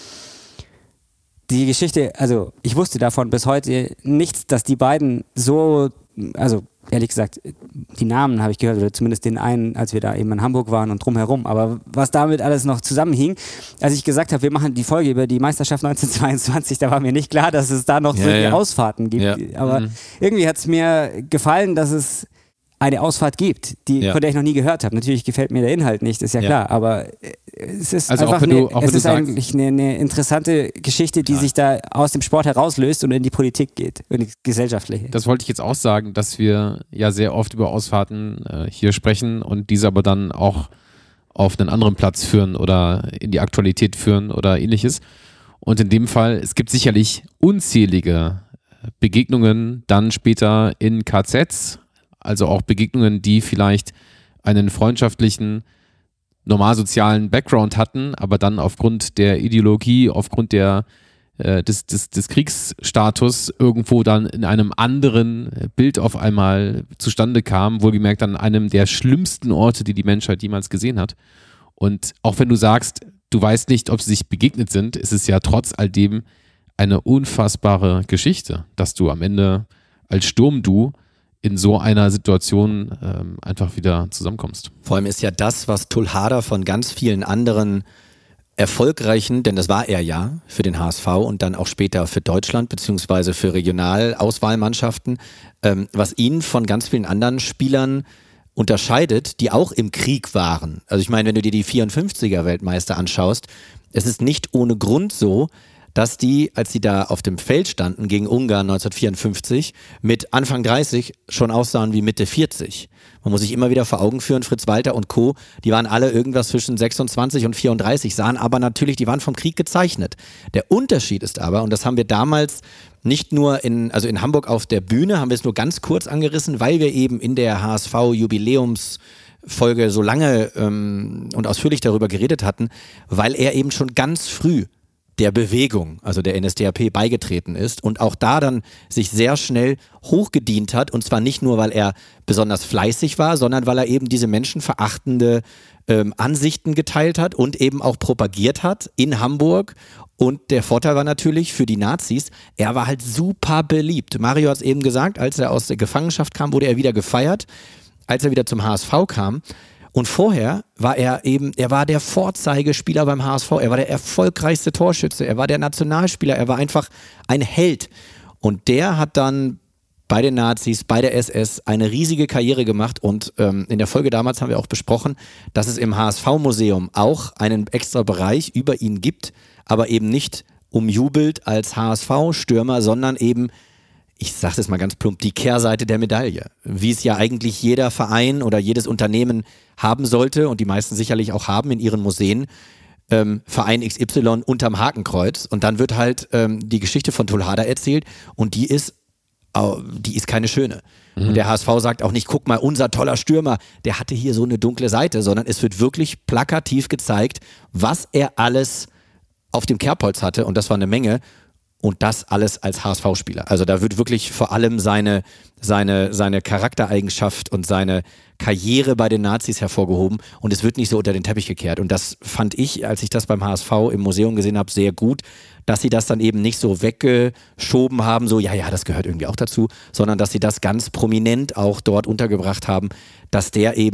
Die Geschichte, also ich wusste davon bis heute nichts, dass die beiden so, also ehrlich gesagt, die Namen habe ich gehört, oder zumindest den einen, als wir da eben in Hamburg waren und drumherum, aber was damit alles noch zusammenhing, als ich gesagt habe, wir machen die Folge über die Meisterschaft neunzehnhundertzweiundzwanzig, da war mir nicht klar, dass es da noch Ja, so die ja. Ausfahrten gibt, Ja. aber Mhm. irgendwie hat es mir gefallen, dass es eine Ausfahrt gibt, die, Ja. von der ich noch nie gehört habe. Natürlich gefällt mir der Inhalt nicht, ist ja, Ja. klar, aber äh, es ist Also auch einfach wenn du- eine, auch wenn es du ist sagst- eigentlich eine, eine interessante Geschichte, die sich da aus dem Sport herauslöst und in die Politik geht, in die gesellschaftliche. das wollte ich jetzt auch sagen, dass wir ja sehr oft über Ausfahrten äh, hier sprechen und diese aber dann auch auf einen anderen Platz führen oder in die Aktualität führen oder ähnliches. Und in dem Fall, es gibt sicherlich unzählige Begegnungen dann später in K Zs, also auch Begegnungen, die vielleicht einen freundschaftlichen, normalsozialen Background hatten, aber dann aufgrund der Ideologie, aufgrund der, äh, des, des, des Kriegsstatus irgendwo dann in einem anderen Bild auf einmal zustande kam, wohlgemerkt an einem der schlimmsten Orte, die die Menschheit jemals gesehen hat. Und auch wenn du sagst, du weißt nicht, ob sie sich begegnet sind, ist es ja trotz all dem eine unfassbare Geschichte, dass du am Ende als Sturm-Du in so einer Situation ähm, einfach wieder zusammenkommst. Vor allem ist ja das, was Tulhada von ganz vielen anderen erfolgreichen, denn das war er ja für den H S V und dann auch später für Deutschland beziehungsweise für Regionalauswahlmannschaften, ähm, was ihn von ganz vielen anderen Spielern unterscheidet, die auch im Krieg waren. Also ich meine, wenn du dir die vierundfünfziger Weltmeister anschaust, es ist nicht ohne Grund so, dass die, als sie da auf dem Feld standen gegen Ungarn neunzehnhundertvierundfünfzig, mit Anfang dreißig schon aussahen wie Mitte vierzig. Man muss sich immer wieder vor Augen führen, Fritz Walter und Co., die waren alle irgendwas zwischen sechsundzwanzig und vierunddreißig, sahen aber natürlich, die waren vom Krieg gezeichnet. Der Unterschied ist aber, und das haben wir damals nicht nur in, also in Hamburg auf der Bühne, haben wir es nur ganz kurz angerissen, weil wir eben in der H S V-Jubiläums- Folge so lange ähm, und ausführlich darüber geredet hatten, weil er eben schon ganz früh der Bewegung, also der N S D A P, beigetreten ist und auch da dann sich sehr schnell hochgedient hat, und zwar nicht nur, weil er besonders fleißig war, sondern weil er eben diese menschenverachtende ähm, Ansichten geteilt hat und eben auch propagiert hat in Hamburg. Und der Vorteil war natürlich für die Nazis, er war halt super beliebt. Mario hat es eben gesagt, als er aus der Gefangenschaft kam, wurde er wieder gefeiert, als er wieder zum H S V kam. Und vorher war er eben, er war der Vorzeigespieler beim H S V, er war der erfolgreichste Torschütze, er war der Nationalspieler, er war einfach ein Held. Und der hat dann bei den Nazis, bei der S S eine riesige Karriere gemacht und ähm, in der Folge damals haben wir auch besprochen, dass es im H S V-Museum auch einen extra Bereich über ihn gibt, aber eben nicht umjubelt als H S V-Stürmer, sondern eben, ich sage das mal ganz plump, die Kehrseite der Medaille. Wie es ja eigentlich jeder Verein oder jedes Unternehmen haben sollte und die meisten sicherlich auch haben in ihren Museen, ähm, Verein X Y unterm Hakenkreuz, und dann wird halt ähm, die Geschichte von Tulhada erzählt und die ist, oh, die ist keine schöne. Mhm. Und der H S V sagt auch nicht, guck mal, unser toller Stürmer, der hatte hier so eine dunkle Seite, sondern es wird wirklich plakativ gezeigt, was er alles auf dem Kerbholz hatte, und das war eine Menge. Und das alles als H S V-Spieler. Also da wird wirklich vor allem seine, seine, seine Charaktereigenschaft und seine Karriere bei den Nazis hervorgehoben. Und es wird nicht so unter den Teppich gekehrt. Und das fand ich, als ich das beim H S V im Museum gesehen habe, sehr gut, dass sie das dann eben nicht so weggeschoben haben, so ja, ja, das gehört irgendwie auch dazu, sondern dass sie das ganz prominent auch dort untergebracht haben, dass der eben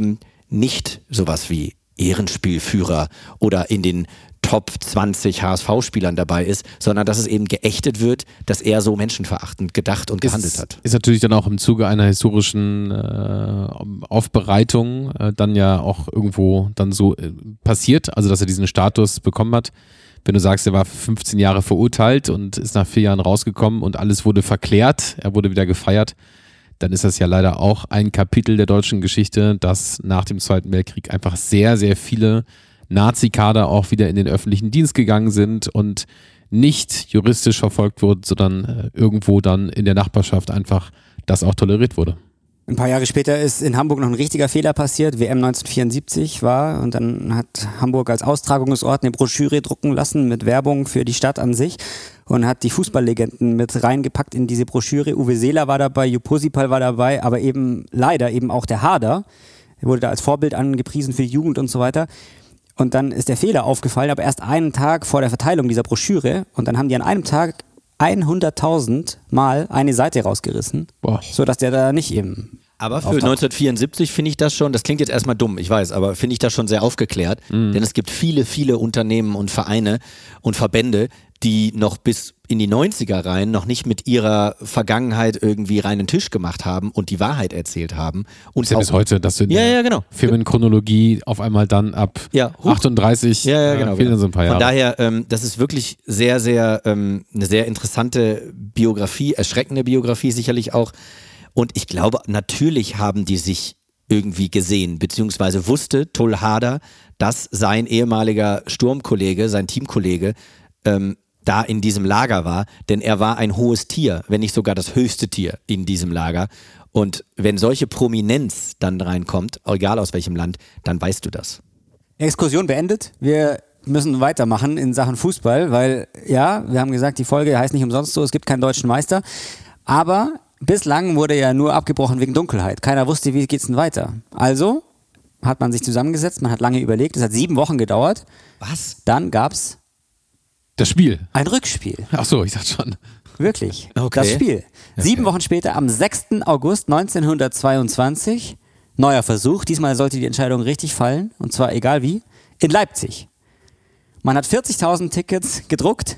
nicht sowas wie Ehrenspielführer oder in den Top zwanzig H S V-Spielern dabei ist, sondern dass es eben geächtet wird, dass er so menschenverachtend gedacht und gehandelt ist, hat. Ist natürlich dann auch im Zuge einer historischen äh, Aufbereitung äh, dann ja auch irgendwo dann so äh, passiert, also dass er diesen Status bekommen hat. Wenn du sagst, er war fünfzehn Jahre verurteilt und ist nach vier Jahren rausgekommen und alles wurde verklärt, er wurde wieder gefeiert, dann ist das ja leider auch ein Kapitel der deutschen Geschichte, dass nach dem Zweiten Weltkrieg einfach sehr, sehr viele Nazi-Kader auch wieder in den öffentlichen Dienst gegangen sind und nicht juristisch verfolgt wurden, sondern äh, irgendwo dann in der Nachbarschaft einfach das auch toleriert wurde. Ein paar Jahre später ist in Hamburg noch ein richtiger Fehler passiert. W M neunzehnhundertvierundsiebzig war und dann hat Hamburg als Austragungsort eine Broschüre drucken lassen mit Werbung für die Stadt an sich und hat die Fußballlegenden mit reingepackt in diese Broschüre. Uwe Seeler war dabei, Jupp Posipal war dabei, aber eben leider eben auch der Harder. Er wurde da als Vorbild angepriesen für die Jugend und so weiter. Und dann ist der Fehler aufgefallen, aber erst einen Tag vor der Verteilung dieser Broschüre. Und dann haben die an einem Tag hunderttausend Mal eine Seite rausgerissen, Boah. sodass der da nicht eben Aber für auftaucht. neunzehnhundertvierundsiebzig finde ich das schon, das klingt jetzt erstmal dumm, ich weiß, aber finde ich das schon sehr aufgeklärt. Mhm. Denn es gibt viele, viele Unternehmen und Vereine und Verbände, die noch bis in die neunziger rein noch nicht mit ihrer Vergangenheit irgendwie reinen Tisch gemacht haben und die Wahrheit erzählt haben. Und ist ja auch, bis heute, dass du in ja, der ja, genau. Firmenchronologie auf einmal dann ab Ja, huch. achtunddreißig Ja, ja, genau. äh, fehlen genau. so ein paar Jahre. Von daher, ähm, das ist wirklich sehr, sehr, ähm, eine sehr interessante Biografie, erschreckende Biografie sicherlich auch. Und ich glaube, natürlich haben die sich irgendwie gesehen, beziehungsweise wusste Tull Harder, dass sein ehemaliger Sturmkollege, sein Teamkollege, ähm, da in diesem Lager war, denn er war ein hohes Tier, wenn nicht sogar das höchste Tier in diesem Lager. Und wenn solche Prominenz dann reinkommt, egal aus welchem Land, dann weißt du das. Exkursion beendet. Wir müssen weitermachen in Sachen Fußball, weil ja, wir haben gesagt, die Folge heißt nicht umsonst so, es gibt keinen deutschen Meister. Aber bislang wurde ja nur abgebrochen wegen Dunkelheit. Keiner wusste, wie geht's denn weiter. Also hat man sich zusammengesetzt, man hat lange überlegt, es hat sieben Wochen gedauert. Was? Dann gab's Das Spiel. ein Rückspiel. Ach so, ich dachte schon. Wirklich. Okay. Das Spiel. Okay. Sieben Wochen später, am sechsten August neunzehnhundertzweiundzwanzig, neuer Versuch. Diesmal sollte die Entscheidung richtig fallen. Und zwar egal wie. In Leipzig. Man hat vierzigtausend Tickets gedruckt.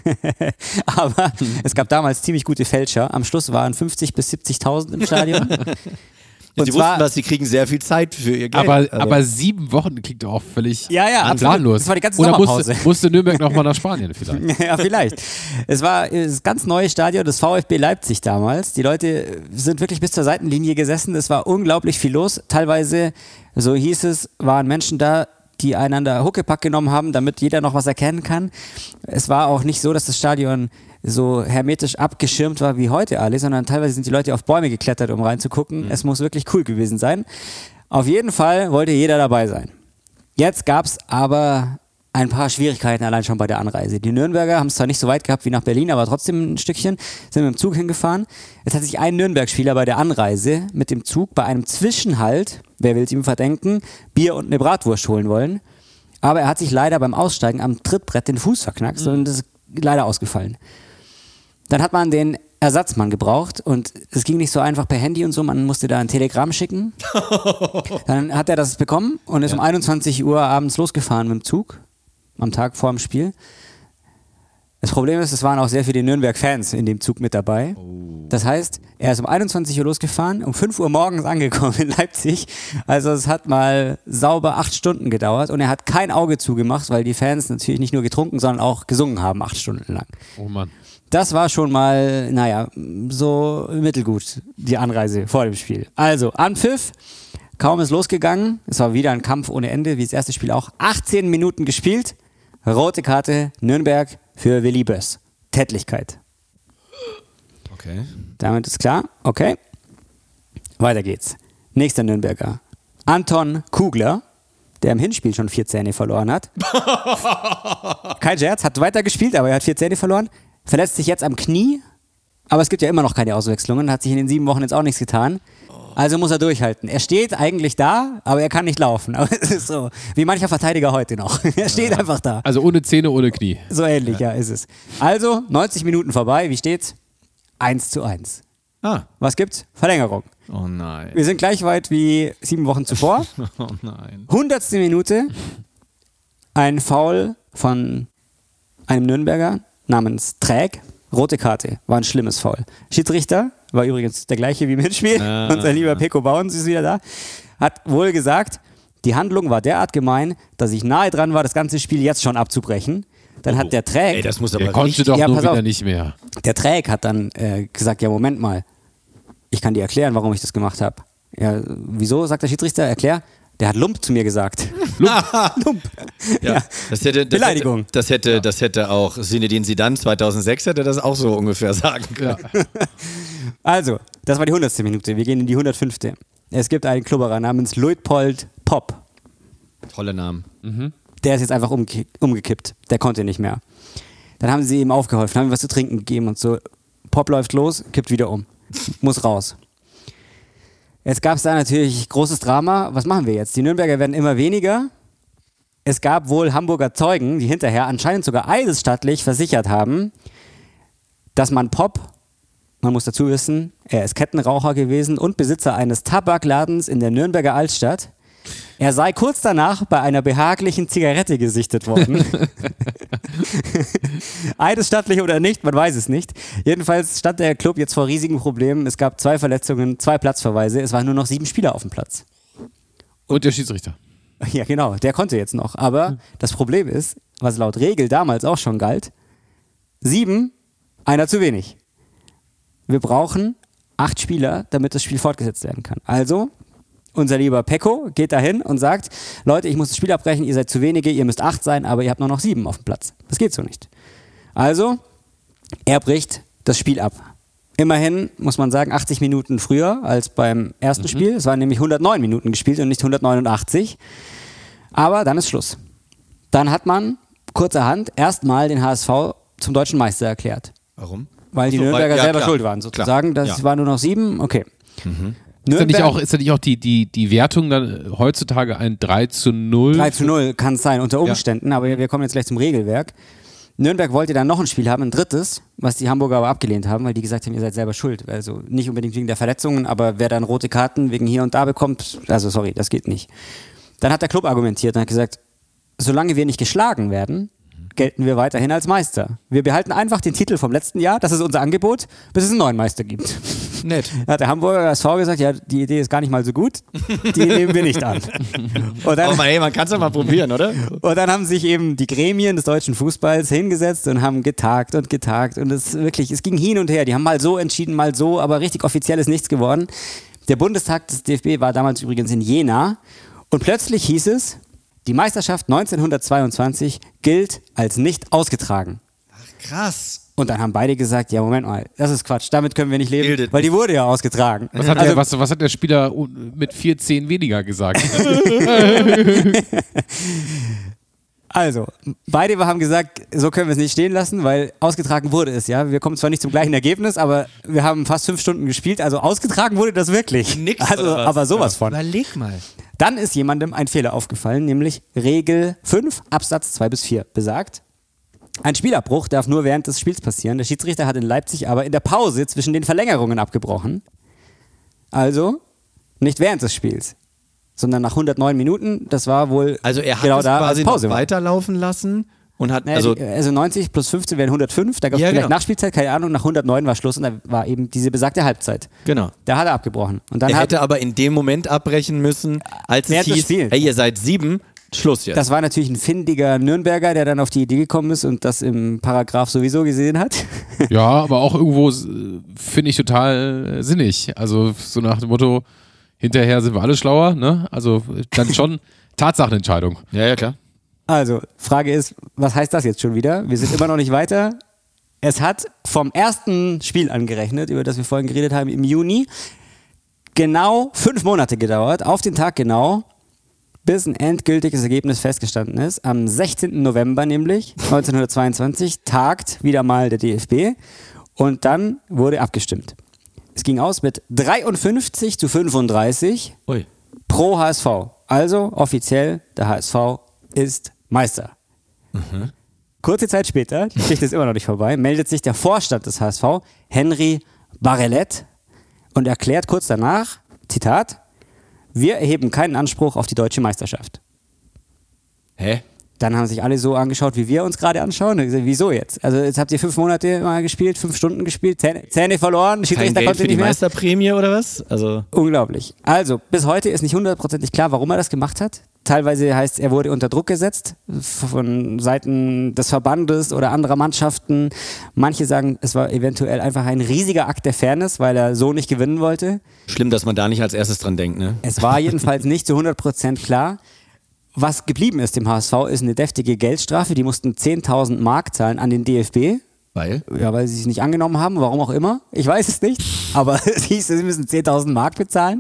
Aber es gab damals ziemlich gute Fälscher. Am Schluss waren fünfzigtausend bis siebzigtausend im Stadion. Und Und sie zwar- wussten, dass sie kriegen sehr viel Zeit für ihr Geld. Aber, aber sieben Wochen klingt doch auch völlig Ja, ja, absolut. planlos. Das war die ganze Oder Sommerpause. musste, musste Nürnberg nochmal nach Spanien vielleicht? Ja, vielleicht. Es war das ganz neue Stadion des VfB Leipzig damals. Die Leute sind wirklich bis zur Seitenlinie gesessen. Es war unglaublich viel los. Teilweise, so hieß es, waren Menschen da, die einander Huckepack genommen haben, damit jeder noch was erkennen kann. Es war auch nicht so, dass das Stadion so hermetisch abgeschirmt war wie heute alle, sondern teilweise sind die Leute auf Bäume geklettert, um reinzugucken. Mhm. Es muss wirklich cool gewesen sein. Auf jeden Fall wollte jeder dabei sein. Jetzt gab es aber ein paar Schwierigkeiten allein schon bei der Anreise. Die Nürnberger haben es zwar nicht so weit gehabt wie nach Berlin, aber trotzdem ein Stückchen, sind mit dem Zug hingefahren. Jetzt hat sich ein Nürnberg-Spieler bei der Anreise mit dem Zug bei einem Zwischenhalt, wer will es ihm verdenken, Bier und eine Bratwurst holen wollen. Aber er hat sich leider beim Aussteigen am Trittbrett den Fuß verknackst mhm. und das ist leider ausgefallen. Dann hat man den Ersatzmann gebraucht und es ging nicht so einfach per Handy und so, man musste da ein Telegramm schicken. Dann hat er das bekommen und ist ja. um einundzwanzig Uhr abends losgefahren mit dem Zug, am Tag vor dem Spiel. Das Problem ist, es waren auch sehr viele Nürnberg-Fans in dem Zug mit dabei. Oh. Das heißt, er ist um einundzwanzig Uhr losgefahren, um fünf Uhr morgens angekommen in Leipzig. Also es hat mal sauber acht Stunden gedauert und er hat kein Auge zugemacht, weil die Fans natürlich nicht nur getrunken, sondern auch gesungen haben, acht Stunden lang. Oh Mann. Das war schon mal, naja, so mittelgut, die Anreise vor dem Spiel. Also, Anpfiff, kaum ist losgegangen. Es war wieder ein Kampf ohne Ende, wie das erste Spiel auch. achtzehn Minuten gespielt, rote Karte, Nürnberg für Willi Böss. Tätlichkeit. Okay. Damit ist klar, okay. Weiter geht's. Nächster Nürnberger. Anton Kugler, der im Hinspiel schon vier Zähne verloren hat. Kein Scherz, hat weitergespielt, aber er hat vier Zähne verloren. Verletzt sich jetzt am Knie, aber es gibt ja immer noch keine Auswechslungen, hat sich in den sieben Wochen jetzt auch nichts getan. Also muss er durchhalten. Er steht eigentlich da, aber er kann nicht laufen. Aber es ist so, wie mancher Verteidiger heute noch. Er steht ja. einfach da. Also ohne Zähne, ohne Knie. So ähnlich, ja. ja, ist es. Also, neunzig Minuten vorbei, wie steht's? eins zu eins. Ah. Was gibt's? Verlängerung. Oh nein. Wir sind gleich weit wie sieben Wochen zuvor. Oh nein. Hundertste Minute. Ein Foul von einem Nürnberger namens Träg. Rote Karte. War ein schlimmes Foul. Schiedsrichter, war übrigens der gleiche wie im Hinspiel. Ah. Unser lieber Peko Bauens ist wieder da. Hat wohl gesagt, die Handlung war derart gemein, dass ich nahe dran war, das ganze Spiel jetzt schon abzubrechen. Dann oh. hat der Träg... Ey, das muss aber der konnte richtig, doch ja, nur wieder auf. nicht mehr. Der Träg hat dann äh, gesagt, ja Moment mal, ich kann dir erklären, warum ich das gemacht habe. Ja, wieso, sagt der Schiedsrichter, erklär. Der hat Lump zu mir gesagt. Lump. Lump. Ja, Ja. Das hätte, das Beleidigung. Hätte, das, hätte, das hätte auch Zinedine Zidane zweitausendsechs hätte das auch so ungefähr sagen können. Ja. Also, das war die hundertste Minute. Wir gehen in die hundertfünfte. Es gibt einen Klubberer namens Luitpold Pop. Tolle Namen. Der ist jetzt einfach umge- umgekippt. Der konnte nicht mehr. Dann haben sie ihm aufgeholfen, haben ihm was zu trinken gegeben und so. Pop läuft los, kippt wieder um. Muss raus. Jetzt gab es da natürlich großes Drama. Was machen wir jetzt? Die Nürnberger werden immer weniger. Es gab wohl Hamburger Zeugen, die hinterher anscheinend sogar eidesstattlich versichert haben, dass man Pop, man muss dazu wissen, er ist Kettenraucher gewesen und Besitzer eines Tabakladens in der Nürnberger Altstadt. Er sei kurz danach bei einer behaglichen Zigarette gesichtet worden. Eidesstattlich oder nicht, man weiß es nicht. Jedenfalls stand der Club jetzt vor riesigen Problemen. Es gab zwei Verletzungen, zwei Platzverweise. Es waren nur noch sieben Spieler auf dem Platz. Und der Schiedsrichter. Ja, genau, der konnte jetzt noch. Aber das Problem ist, was laut Regel damals auch schon galt, sieben, einer zu wenig. Wir brauchen acht Spieler, damit das Spiel fortgesetzt werden kann. Also, unser lieber Peko geht dahin und sagt, Leute, ich muss das Spiel abbrechen, ihr seid zu wenige, ihr müsst acht sein, aber ihr habt nur noch sieben auf dem Platz. Das geht so nicht. Also, er bricht das Spiel ab. Immerhin, muss man sagen, achtzig Minuten früher als beim ersten mhm. Spiel. Es waren nämlich hundertneun Minuten gespielt und nicht hundertneunundachtzig. Aber dann ist Schluss. Dann hat man kurzerhand erstmal den H S V zum deutschen Meister erklärt. Warum? Weil die So, Nürnberger weil, ja, selber klar. schuld waren, sozusagen. Klar. Das Ja. war nur noch sieben, okay. Mhm. Ist da nicht auch, ist da nicht auch die, die, die Wertung dann heutzutage ein drei zu null? drei zu null kann es sein, unter Umständen, ja. Aber wir kommen jetzt gleich zum Regelwerk. Nürnberg wollte dann noch ein Spiel haben, ein drittes, was die Hamburger aber abgelehnt haben, weil die gesagt haben, ihr seid selber schuld. Also nicht unbedingt wegen der Verletzungen, aber wer dann rote Karten wegen hier und da bekommt, also sorry, das geht nicht. Dann hat der Club argumentiert und hat gesagt, solange wir nicht geschlagen werden, gelten wir weiterhin als Meister. Wir behalten einfach den Titel vom letzten Jahr, das ist unser Angebot, bis es einen neuen Meister gibt. Nett. Da hat der Hamburger S V gesagt, ja, die Idee ist gar nicht mal so gut, die nehmen wir nicht an. Und dann, Aber hey, man kann es ja mal probieren, oder? und dann haben sich eben die Gremien des deutschen Fußballs hingesetzt und haben getagt und getagt und es wirklich, es ging hin und her. Die haben mal so entschieden, mal so, aber richtig offiziell ist nichts geworden. Der Bundestag des D F B war damals übrigens in Jena und plötzlich hieß es, die Meisterschaft neunzehnhundertzweiundzwanzig gilt als nicht ausgetragen. Krass. Und dann haben beide gesagt, ja Moment mal, das ist Quatsch, damit können wir nicht leben, Bildet weil die wurde ja ausgetragen. Was hat, Also- der, was, was hat der Spieler mit vier zehn weniger gesagt? Also, beide haben gesagt, so können wir es nicht stehen lassen, weil ausgetragen wurde es, ja. Wir kommen zwar nicht zum gleichen Ergebnis, aber wir haben fast fünf Stunden gespielt, also ausgetragen wurde das wirklich. Nix, also, oder was? aber sowas von. Überleg mal. Dann ist jemandem ein Fehler aufgefallen, nämlich Regel fünf Absatz zwei bis vier besagt, ein Spielabbruch darf nur während des Spiels passieren. Der Schiedsrichter hat in Leipzig aber in der Pause zwischen den Verlängerungen abgebrochen. Also nicht während des Spiels, sondern nach hundertneun Minuten. Das war wohl Also er hat genau es da, quasi als Pause noch war. weiterlaufen lassen und hat, Naja, also die, also neunzig plus fünfzehn wären hundertfünf, da gab es Ja, vielleicht genau. Nachspielzeit, keine Ahnung, nach hundertneun war Schluss und da war eben diese besagte Halbzeit. genau. Da hat er abgebrochen. Und dann Er hat, hätte aber in dem Moment abbrechen müssen, als es Während des hieß, Spiels. ey, ihr seid sieben, Schluss jetzt. das war natürlich ein findiger Nürnberger, der dann auf die Idee gekommen ist und das im Paragraph sowieso gesehen hat. Ja, aber auch irgendwo äh, finde ich total äh, sinnig. Also so nach dem Motto, hinterher sind wir alle schlauer, ne? Also dann schon Tatsachenentscheidung. ja, ja, klar. Also, Frage ist, was heißt das jetzt schon wieder? Wir sind immer noch nicht weiter. Es hat vom ersten Spiel angerechnet, über das wir vorhin geredet haben, im Juni, genau fünf Monate gedauert, auf den Tag genau, bis ein endgültiges Ergebnis festgestanden ist. Am sechzehnten November nämlich, neunzehnhundertzweiundzwanzig, tagt wieder mal der D F B und dann wurde abgestimmt. Es ging aus mit dreiundfünfzig zu fünfunddreißig Ui. pro H S V. Also offiziell, der H S V ist Meister. Kurze Zeit später, die Geschichte ist immer noch nicht vorbei, meldet sich der Vorstand des H S V, Henry Barellet, und erklärt kurz danach, Zitat, wir erheben keinen Anspruch auf die deutsche Meisterschaft. Hä? Dann haben sich alle so angeschaut, wie wir uns gerade anschauen. Und gesagt, wieso jetzt? Also jetzt habt ihr fünf Monate mal gespielt, fünf Stunden gespielt, Zähne, Zähne verloren, Kein Schiedsrichter Geld konnte für nicht die mehr. Meisterprämie oder was? Also Unglaublich. Also, bis heute ist nicht hundertprozentig klar, warum er das gemacht hat. Teilweise heißt, er wurde unter Druck gesetzt von Seiten des Verbandes oder anderer Mannschaften. Manche sagen, es war eventuell einfach ein riesiger Akt der Fairness, weil er so nicht gewinnen wollte. schlimm, dass man da nicht als erstes dran denkt, ne? Es war jedenfalls nicht zu hundert Prozent klar. Was geblieben ist dem H S V, ist eine deftige Geldstrafe. Die mussten zehntausend Mark zahlen an den D F B. Weil? Ja, weil sie es nicht angenommen haben, warum auch immer. Ich weiß es nicht. Aber es hieß, sie müssen zehntausend Mark bezahlen.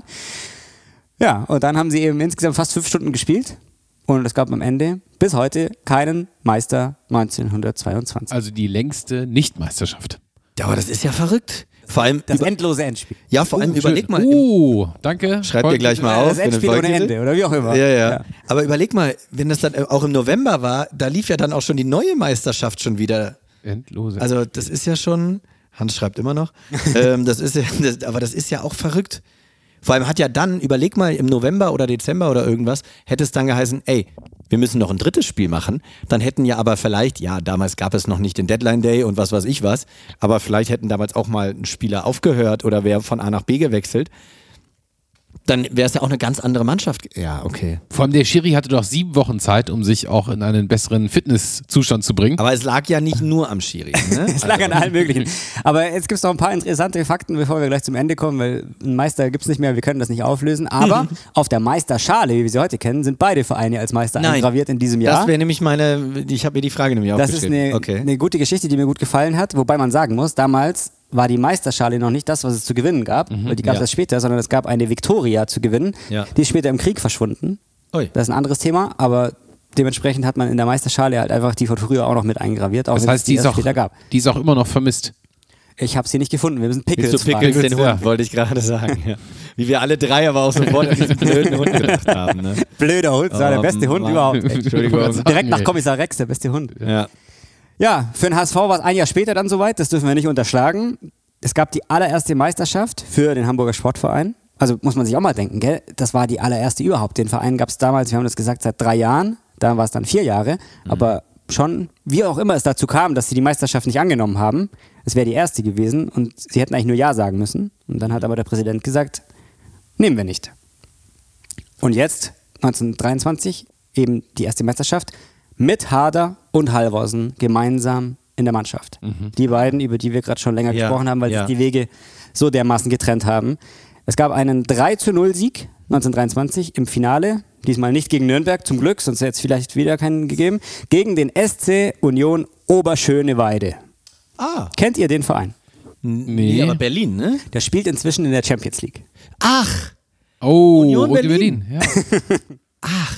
Ja, und dann haben sie eben insgesamt fast fünf Stunden gespielt. Und es gab am Ende bis heute keinen Meister neunzehnhundertzweiundzwanzig. Also die längste Nichtmeisterschaft. Ja, aber das ist ja verrückt. Vor allem, Das über, endlose Endspiel. ja, vor allem Oh, überleg schön. mal. Uh, danke. Schreib dir gleich mal auf. Das wenn du Endspiel ohne Folge- Ende oder wie auch immer. Ja, ja, Ja. Aber überleg mal, wenn das dann auch im November war, da lief ja dann auch schon die neue Meisterschaft schon wieder. Endlose. Also das ist ja schon, Hans schreibt immer noch, ähm, das ist ja, das, aber das ist ja auch verrückt. Vor allem hat ja dann, überleg mal, im November oder Dezember oder irgendwas, hätte es dann geheißen, ey, wir müssen noch ein drittes Spiel machen. Dann hätten ja aber vielleicht, ja, damals gab es noch nicht den Deadline Day und was weiß ich was, aber vielleicht hätten damals auch mal ein Spieler aufgehört oder wäre von A nach B gewechselt. Dann wäre es ja auch eine ganz andere Mannschaft. Ja, okay. Vor allem der Schiri hatte doch sieben Wochen Zeit, um sich auch in einen besseren Fitnesszustand zu bringen. Aber es lag ja nicht nur am Schiri. Ne? Es lag an allen möglichen. Aber jetzt gibt es noch ein paar interessante Fakten, bevor wir gleich zum Ende kommen, weil einen Meister gibt es nicht mehr, wir können das nicht auflösen. Aber auf der Meisterschale, wie wir sie heute kennen, sind beide Vereine als Meister Nein. eingraviert in diesem Jahr. Das wäre nämlich meine, ich habe mir die Frage nämlich Das ist aufgeschrieben. eine, okay. eine gute Geschichte, die mir gut gefallen hat, wobei man sagen muss, damals war die Meisterschale noch nicht das, was es zu gewinnen gab, weil die gab es ja. erst später, sondern es gab eine Victoria zu gewinnen, Ja. die ist später im Krieg verschwunden. Ui. Das ist ein anderes Thema, aber dementsprechend hat man in der Meisterschale halt einfach die von früher auch noch mit eingraviert, auch Das wenn es heißt, die die ist, erst auch, später gab. die ist auch immer noch vermisst. Ich habe sie nicht gefunden, wir müssen Pickles Willst du fragen. Pickles den Ja. Hund, wollte ich gerade sagen. Ja. Wie wir alle drei aber auch sofort an diesen blöden Hund gedacht haben. Ne? Blöder Hund, das war der Oh, beste Hund Mann. überhaupt. Entschuldigung. Direkt nach Kommissar Rex, der beste Hund. Ja. Ja, für den H S V war es ein Jahr später dann soweit, das dürfen wir nicht unterschlagen. Es gab die allererste Meisterschaft für den Hamburger Sportverein. Also muss man sich auch mal denken, gell? Das war die allererste überhaupt. Den Verein gab es damals, wir haben das gesagt, seit drei Jahren. Da war es dann vier Jahre. Mhm. Aber schon, wie auch immer es dazu kam, dass sie die Meisterschaft nicht angenommen haben, es wäre die erste gewesen und sie hätten eigentlich nur Ja sagen müssen. Und dann hat aber der Präsident gesagt, nehmen wir nicht. Und jetzt, neunzehnhundertdreiundzwanzig, eben die erste Meisterschaft mit Harder und Halvorsen gemeinsam in der Mannschaft. Mhm. Die beiden, über die wir gerade schon länger Ja, gesprochen haben, weil ja. sich die Wege so dermaßen getrennt haben. Es gab einen drei zu null Sieg neunzehnhundertdreiundzwanzig im Finale, diesmal nicht gegen Nürnberg, zum Glück, sonst hätte es vielleicht wieder keinen gegeben, gegen den S C Union Oberschöneweide. Ah. Kennt ihr den Verein? Nee, aber Berlin, ne? Der spielt inzwischen in der Champions League. Ach. Oh, Union und Berlin. Berlin. Ja. Ach.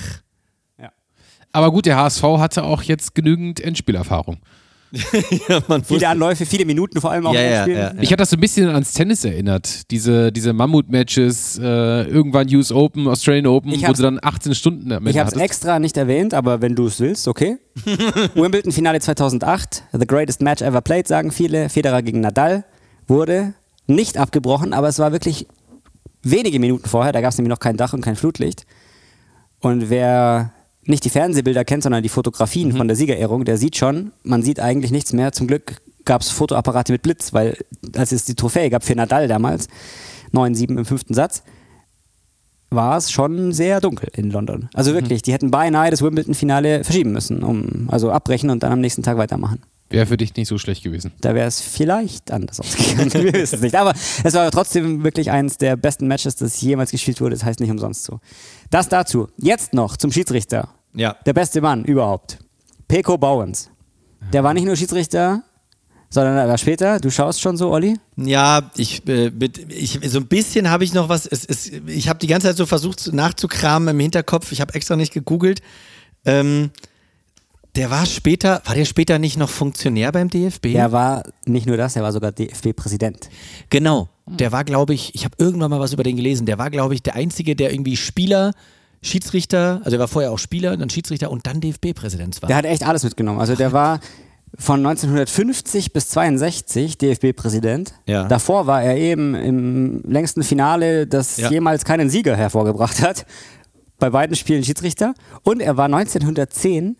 Aber gut, der H S V hatte auch jetzt genügend Endspielerfahrung. Ja, man Viele Anläufe, viele Minuten vor allem auch Ja, im ja, Spiel. ja, ja. Ich hatte das so ein bisschen ans Tennis erinnert. Diese, diese Mammut-Matches, äh, irgendwann U S Open, Australian Open, Ich wo hab's- du dann achtzehn Stunden am Ende Ich habe es hattest. extra nicht erwähnt, aber wenn du es willst, okay. Wimbledon-Finale zweitausendacht, the greatest match ever played, sagen viele. Federer gegen Nadal wurde nicht abgebrochen, aber es war wirklich wenige Minuten vorher, da gab es nämlich noch kein Dach und kein Flutlicht. Und wer nicht die Fernsehbilder kennt, sondern die Fotografien Mhm. von der Siegerehrung, der sieht schon, man sieht eigentlich nichts mehr. Zum Glück gab es Fotoapparate mit Blitz, weil als es die Trophäe gab für Nadal damals, neun sieben im fünften Satz, war es schon sehr dunkel in London. Also wirklich, die hätten beinahe das Wimbledon-Finale verschieben müssen, um also abbrechen und dann am nächsten Tag weitermachen. Wäre für dich nicht so schlecht gewesen. Da wäre es vielleicht anders ausgegangen. Wir wissen es nicht. Aber es war trotzdem wirklich eines der besten Matches, das jemals gespielt wurde. Das heißt nicht umsonst so. Das dazu. Jetzt noch zum Schiedsrichter. Ja. Der beste Mann überhaupt. Peko Bauerns. Der war nicht nur Schiedsrichter, sondern er war später. Du schaust schon so, Olli? Ja, ich, äh, mit, ich so ein bisschen habe ich noch was. Es, es, ich habe die ganze Zeit so versucht nachzukramen im Hinterkopf. Ich habe extra nicht gegoogelt. Ähm, der war später, war der später nicht noch Funktionär beim D F B? Er war nicht nur das, er war sogar D F B-Präsident. Genau. Der war, glaube ich, ich habe irgendwann mal was über den gelesen. Der war, glaube ich, der Einzige, der irgendwie Spieler, Schiedsrichter, also er war vorher auch Spieler, dann Schiedsrichter und dann D F B-Präsident war. Der hat echt alles mitgenommen. Also der war von neunzehnhundertfünfzig bis zweiundsechzig D F B-Präsident. Ja. Davor war er eben im längsten Finale, das Ja. jemals keinen Sieger hervorgebracht hat. Bei beiden Spielen Schiedsrichter. Und er war neunzehnhundertzehn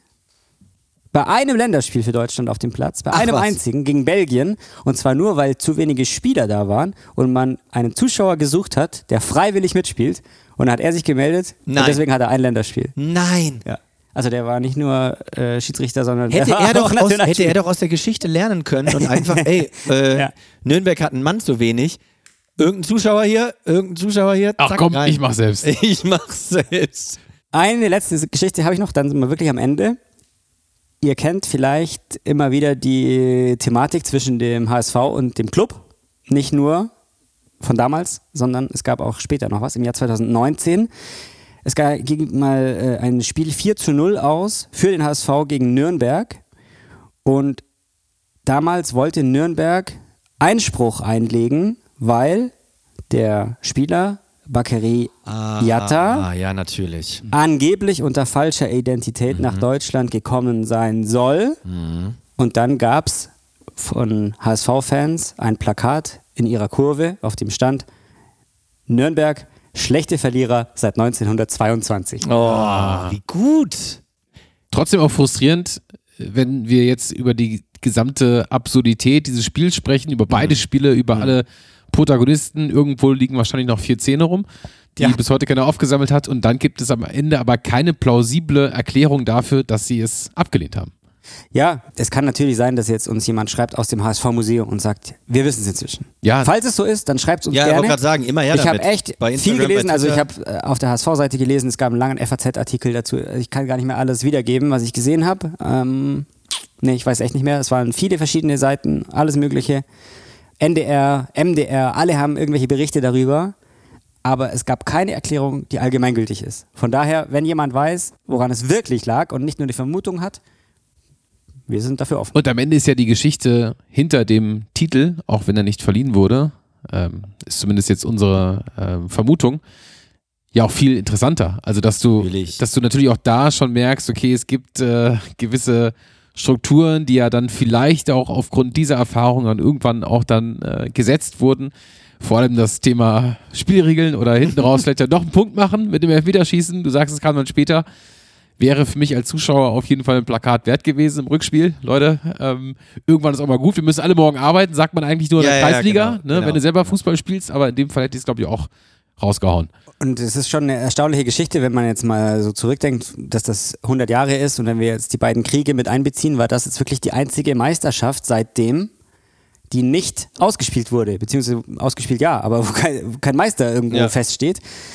bei einem Länderspiel für Deutschland auf dem Platz, bei Ach, einem was. einzigen gegen Belgien. Und zwar nur, weil zu wenige Spieler da waren und man einen Zuschauer gesucht hat, der freiwillig mitspielt. Und dann hat er sich gemeldet Nein. und deswegen hat er ein Länderspiel. Nein. Ja. Also der war nicht nur äh, Schiedsrichter, sondern Hätte der war er, doch auch aus, hätte er Nationalspieler. doch aus der Geschichte lernen können und einfach, ey, äh, Ja. Nürnberg hat einen Mann zu wenig. Irgendein Zuschauer hier, irgendein Zuschauer hier. Ach zack, komm, rein. ich mach selbst. Ich mach's selbst. Eine letzte Geschichte habe ich noch, dann sind wir wirklich am Ende. Ihr kennt vielleicht immer wieder die Thematik zwischen dem H S V und dem Club. Nicht nur von damals, sondern es gab auch später noch was, im Jahr zweitausendneunzehn. Es ging mal äh, ein Spiel vier zu null aus für den H S V gegen Nürnberg. Und damals wollte Nürnberg Einspruch einlegen, weil der Spieler Bakary Yatta Ah, ja, natürlich. angeblich unter falscher Identität nach Deutschland gekommen sein soll. Und dann gab es von H S V-Fans ein Plakat in ihrer Kurve, auf dem stand Nürnberg, schlechte Verlierer seit neunzehnhundertzweiundzwanzig. Oh, wie gut. Trotzdem auch frustrierend, wenn wir jetzt über die gesamte Absurdität dieses Spiels sprechen, über beide Spiele, über alle Protagonisten. Irgendwo liegen wahrscheinlich noch vier Zähne rum, die Ja. bis heute keiner aufgesammelt hat. Und dann gibt es am Ende aber keine plausible Erklärung dafür, dass sie es abgelehnt haben. Ja, es kann natürlich sein, dass jetzt uns jemand schreibt aus dem H S V-Museum und sagt, wir wissen es inzwischen. Ja. Falls es so ist, dann schreibt es uns Ja, ich gerne. wollte gerade sagen, immer her Ich habe damit. echt Bei viel Instagram, gelesen, bei also ich Twitter. habe äh, auf der H S V-Seite gelesen, es gab einen langen F A Z-Artikel dazu. Ich kann gar nicht mehr alles wiedergeben, was ich gesehen habe. Ähm, nee, ich weiß echt nicht mehr. Es waren viele verschiedene Seiten, alles mögliche. N D R, M D R, alle haben irgendwelche Berichte darüber. Aber es gab keine Erklärung, die allgemeingültig ist. Von daher, wenn jemand weiß, woran es wirklich lag und nicht nur die Vermutung hat, wir sind dafür offen. Und am Ende ist ja die Geschichte hinter dem Titel, auch wenn er nicht verliehen wurde, ähm, ist zumindest jetzt unsere ähm, Vermutung, ja auch viel interessanter. Also dass du, Natürlich. dass du natürlich auch da schon merkst, okay, es gibt äh, gewisse Strukturen, die ja dann vielleicht auch aufgrund dieser Erfahrung dann irgendwann auch dann äh, gesetzt wurden. Vor allem das Thema Spielregeln oder hinten raus vielleicht ja doch einen Punkt machen mit dem Elfmeterschießen. Du sagst, es kam dann später. Wäre für mich als Zuschauer auf jeden Fall ein Plakat wert gewesen im Rückspiel. Leute, ähm, irgendwann ist auch mal gut. Wir müssen alle morgen arbeiten, sagt man eigentlich nur in Ja, der ja, Kreisliga, genau, ne, genau. wenn du selber Fußball spielst. Aber in dem Fall hätte ich es, glaube ich, auch rausgehauen. Und es ist schon eine erstaunliche Geschichte, wenn man jetzt mal so zurückdenkt, dass das hundert Jahre ist und wenn wir jetzt die beiden Kriege mit einbeziehen, war das jetzt wirklich die einzige Meisterschaft seitdem, die nicht ausgespielt wurde, beziehungsweise ausgespielt ja, aber wo kein, wo kein Meister irgendwo Ja. feststeht,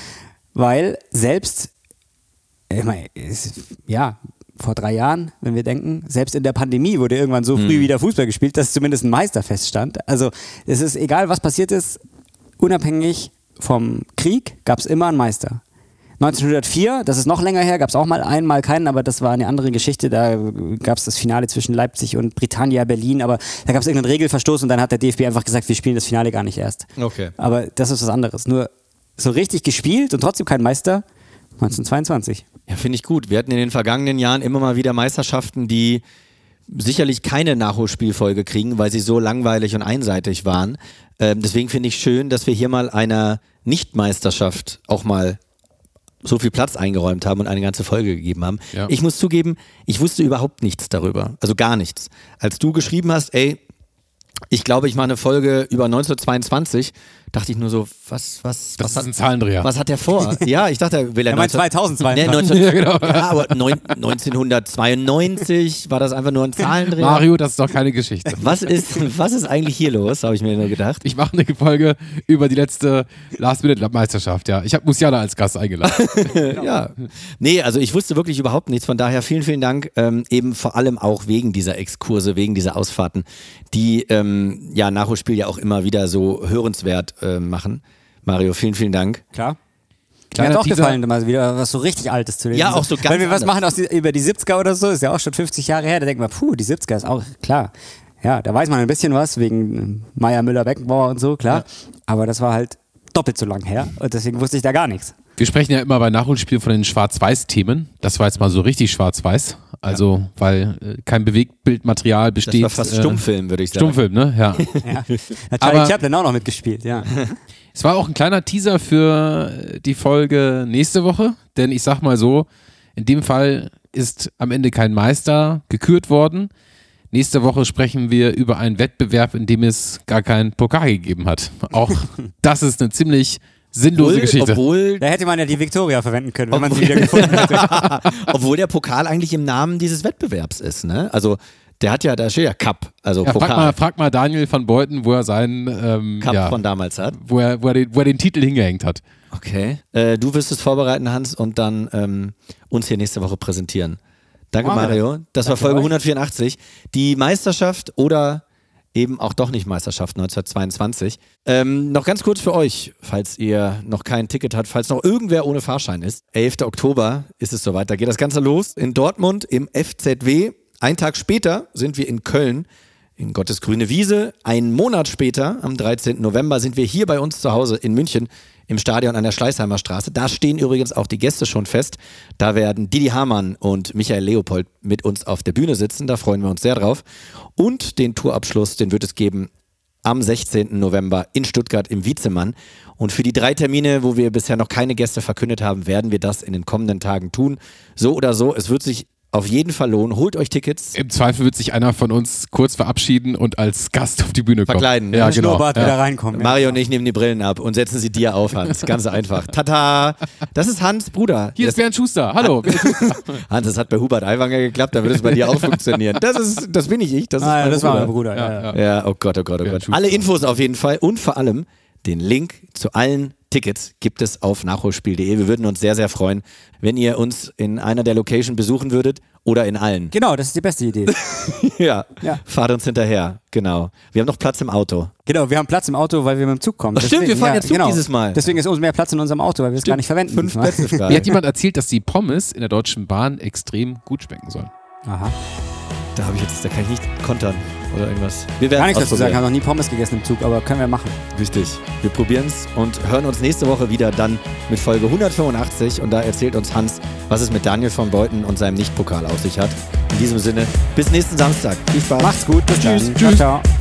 weil selbst, ich meine, es- ja, vor drei Jahren, wenn wir denken, selbst in der Pandemie wurde irgendwann so früh wieder Fußball gespielt, dass zumindest ein Meister feststand. Also es ist egal, was passiert ist, unabhängig vom Krieg gab es immer einen Meister. neunzehnhundertvier, das ist noch länger her, gab es auch mal einen, mal keinen, aber das war eine andere Geschichte. Da gab es das Finale zwischen Leipzig und Britannia Berlin, aber da gab es irgendeinen Regelverstoß und dann hat der D F B einfach gesagt, wir spielen das Finale gar nicht erst. Okay. Aber das ist was anderes. Nur so richtig gespielt und trotzdem kein Meister, neunzehnhundertzweiundzwanzig. Ja, finde ich gut. Wir hatten in den vergangenen Jahren immer mal wieder Meisterschaften, die sicherlich keine Nachholspielfolge kriegen, weil sie so langweilig und einseitig waren. Ähm, deswegen finde ich schön, dass wir hier mal einer Nicht-Meisterschaft auch mal so viel Platz eingeräumt haben und eine ganze Folge gegeben haben. Ja. Ich muss zugeben, ich wusste überhaupt nichts darüber. Also gar nichts. Als du geschrieben hast, ey, ich glaube, ich mache eine Folge über neunzehnhundertzweiundzwanzig, dachte ich nur so, was, was, Das was ist hat, ein Zahlendreher. was hat der vor? Ja, ich dachte, will er, Er meint neunzehn zweitausendzweiundzwanzig. Nee, neunzehn Ja, genau. ja, aber neun, neunzehnhundertzweiundneunzig war das einfach nur ein Zahlendreher. Mario, das ist doch keine Geschichte. Was ist, was ist eigentlich hier los, habe ich mir nur gedacht. Ich mache eine Folge über die letzte Last-Minute-Meisterschaft, ja. Ich habe Musiala als Gast eingeladen. Ja. Nee, also ich wusste wirklich überhaupt nichts. Von daher vielen, vielen Dank. Ähm, eben vor allem auch wegen dieser Exkurse, wegen dieser Ausfahrten, die ähm, ja Nachholspiel ja auch immer wieder so hörenswert äh, machen. Mario, vielen, vielen Dank. Klar. Mir Kleiner hat auch Teaser. gefallen, mal wieder was so richtig Altes zu lesen. Ja, auch so ganz Wenn wir was anders. machen aus die, über die siebziger oder so, ist ja auch schon fünfzig Jahre her, da denkt man, puh, die siebziger ist auch, klar. Ja, da weiß man ein bisschen was, wegen Meier, Müller, Beckenbauer und so, klar. Aber das war halt doppelt so lang her und deswegen wusste ich da gar nichts. Wir sprechen ja immer bei Nachholspiel von den Schwarz-Weiß-Themen. Das war jetzt mal so richtig schwarz-weiß. Also, ja. weil äh, kein Bewegtbildmaterial besteht. Das war fast äh, Stummfilm, würde ich sagen. Stummfilm, ne? Ja. ja. Hat Charlie Chaplin auch noch mitgespielt, ja. Es war auch ein kleiner Teaser für die Folge nächste Woche, denn ich sag mal so, in dem Fall ist am Ende kein Meister gekürt worden. Nächste Woche sprechen wir über einen Wettbewerb, in dem es gar keinen Pokal gegeben hat. Auch das ist eine ziemlich sinnlose obwohl, Geschichte. Obwohl, da hätte man ja die Victoria verwenden können, wenn man sie wieder gefunden hätte. Obwohl der Pokal eigentlich im Namen dieses Wettbewerbs ist, ne? Also der hat ja, da steht ja Cup, also ja, Pokal. Frag mal, frag mal Daniel van Beuten, wo er seinen ähm, Cup ja, von damals hat. Wo er, wo, er den, wo er den Titel hingehängt hat. Okay. Äh, du wirst es vorbereiten, Hans, und dann ähm, uns hier nächste Woche präsentieren. Danke, Wow. Mario. Das Danke war Folge euch. hundertvierundachtzig. Die Meisterschaft oder eben auch doch nicht Meisterschaft neunzehnhundertzweiundzwanzig. Ähm, noch ganz kurz für euch, falls ihr noch kein Ticket habt, falls noch irgendwer ohne Fahrschein ist. elfter Oktober ist es soweit. Da geht das Ganze los in Dortmund im F Z W. Einen Tag später sind wir in Köln in Gottes grüne Wiese. Einen Monat später, am dreizehnten November, sind wir hier bei uns zu Hause in München im Stadion an der Schleißheimer Straße. Da stehen übrigens auch die Gäste schon fest. Da werden Didi Hamann und Michael Leopold mit uns auf der Bühne sitzen. Da freuen wir uns sehr drauf. Und den Tourabschluss, den wird es geben am sechzehnten November in Stuttgart im Wiezemann. Und für die drei Termine, wo wir bisher noch keine Gäste verkündet haben, werden wir das in den kommenden Tagen tun. So oder so, es wird sich auf jeden Fall lohnen. Holt euch Tickets. Im Zweifel wird sich einer von uns kurz verabschieden und als Gast auf die Bühne kommen. Verkleiden. Ja, Ne? genau. Schnurrbart Ja. wieder reinkommen. Mario und ich nehmen die Brillen ab und setzen sie dir auf, Hans. Ganz einfach. Tata! Das ist Hans Bruder. Hier ist Bernd Schuster. Hallo. Hans, das hat bei Hubert Aiwanger geklappt, dann wird es bei dir auch funktionieren. Das ist, das bin nicht ich. Das, ist Ah, ja, mein das Bruder. war mein Bruder. Ja, ja. Ja, oh Gott, oh Gott, oh Gott. Alle Infos auf jeden Fall und vor allem den Link zu allen Tickets gibt es auf nachholspiel punkt de. Wir würden uns sehr, sehr freuen, wenn ihr uns in einer der Location besuchen würdet oder in allen. Genau, das ist die beste Idee. Ja, Ja. fahrt uns hinterher, genau. Wir haben noch Platz im Auto. Genau, wir haben Platz im Auto, weil wir mit dem Zug kommen. Ach, stimmt, wir fahren jetzt Zug dieses Mal. Deswegen ist uns mehr Platz in unserem Auto, weil wir es gar nicht verwenden. Fünf diesmal. Plätze frei. Mir hat jemand erzählt, dass die Pommes in der Deutschen Bahn extrem gut schmecken sollen. Aha. Da habe ich jetzt, da kann ich nicht kontern oder irgendwas. Wir werden Gar nichts dazu sagen, ich ausprobieren. habe noch nie Pommes gegessen im Zug, aber können wir machen. Richtig. Wir probieren es und hören uns nächste Woche wieder dann mit Folge hundertfünfundachtzig und da erzählt uns Hans, was es mit Daniel van Beuten und seinem Nichtpokal auf sich hat. In diesem Sinne, bis nächsten Samstag. Viel Spaß. Macht's gut, bis Tschüss. dann. Tschüss. Ciao, ciao.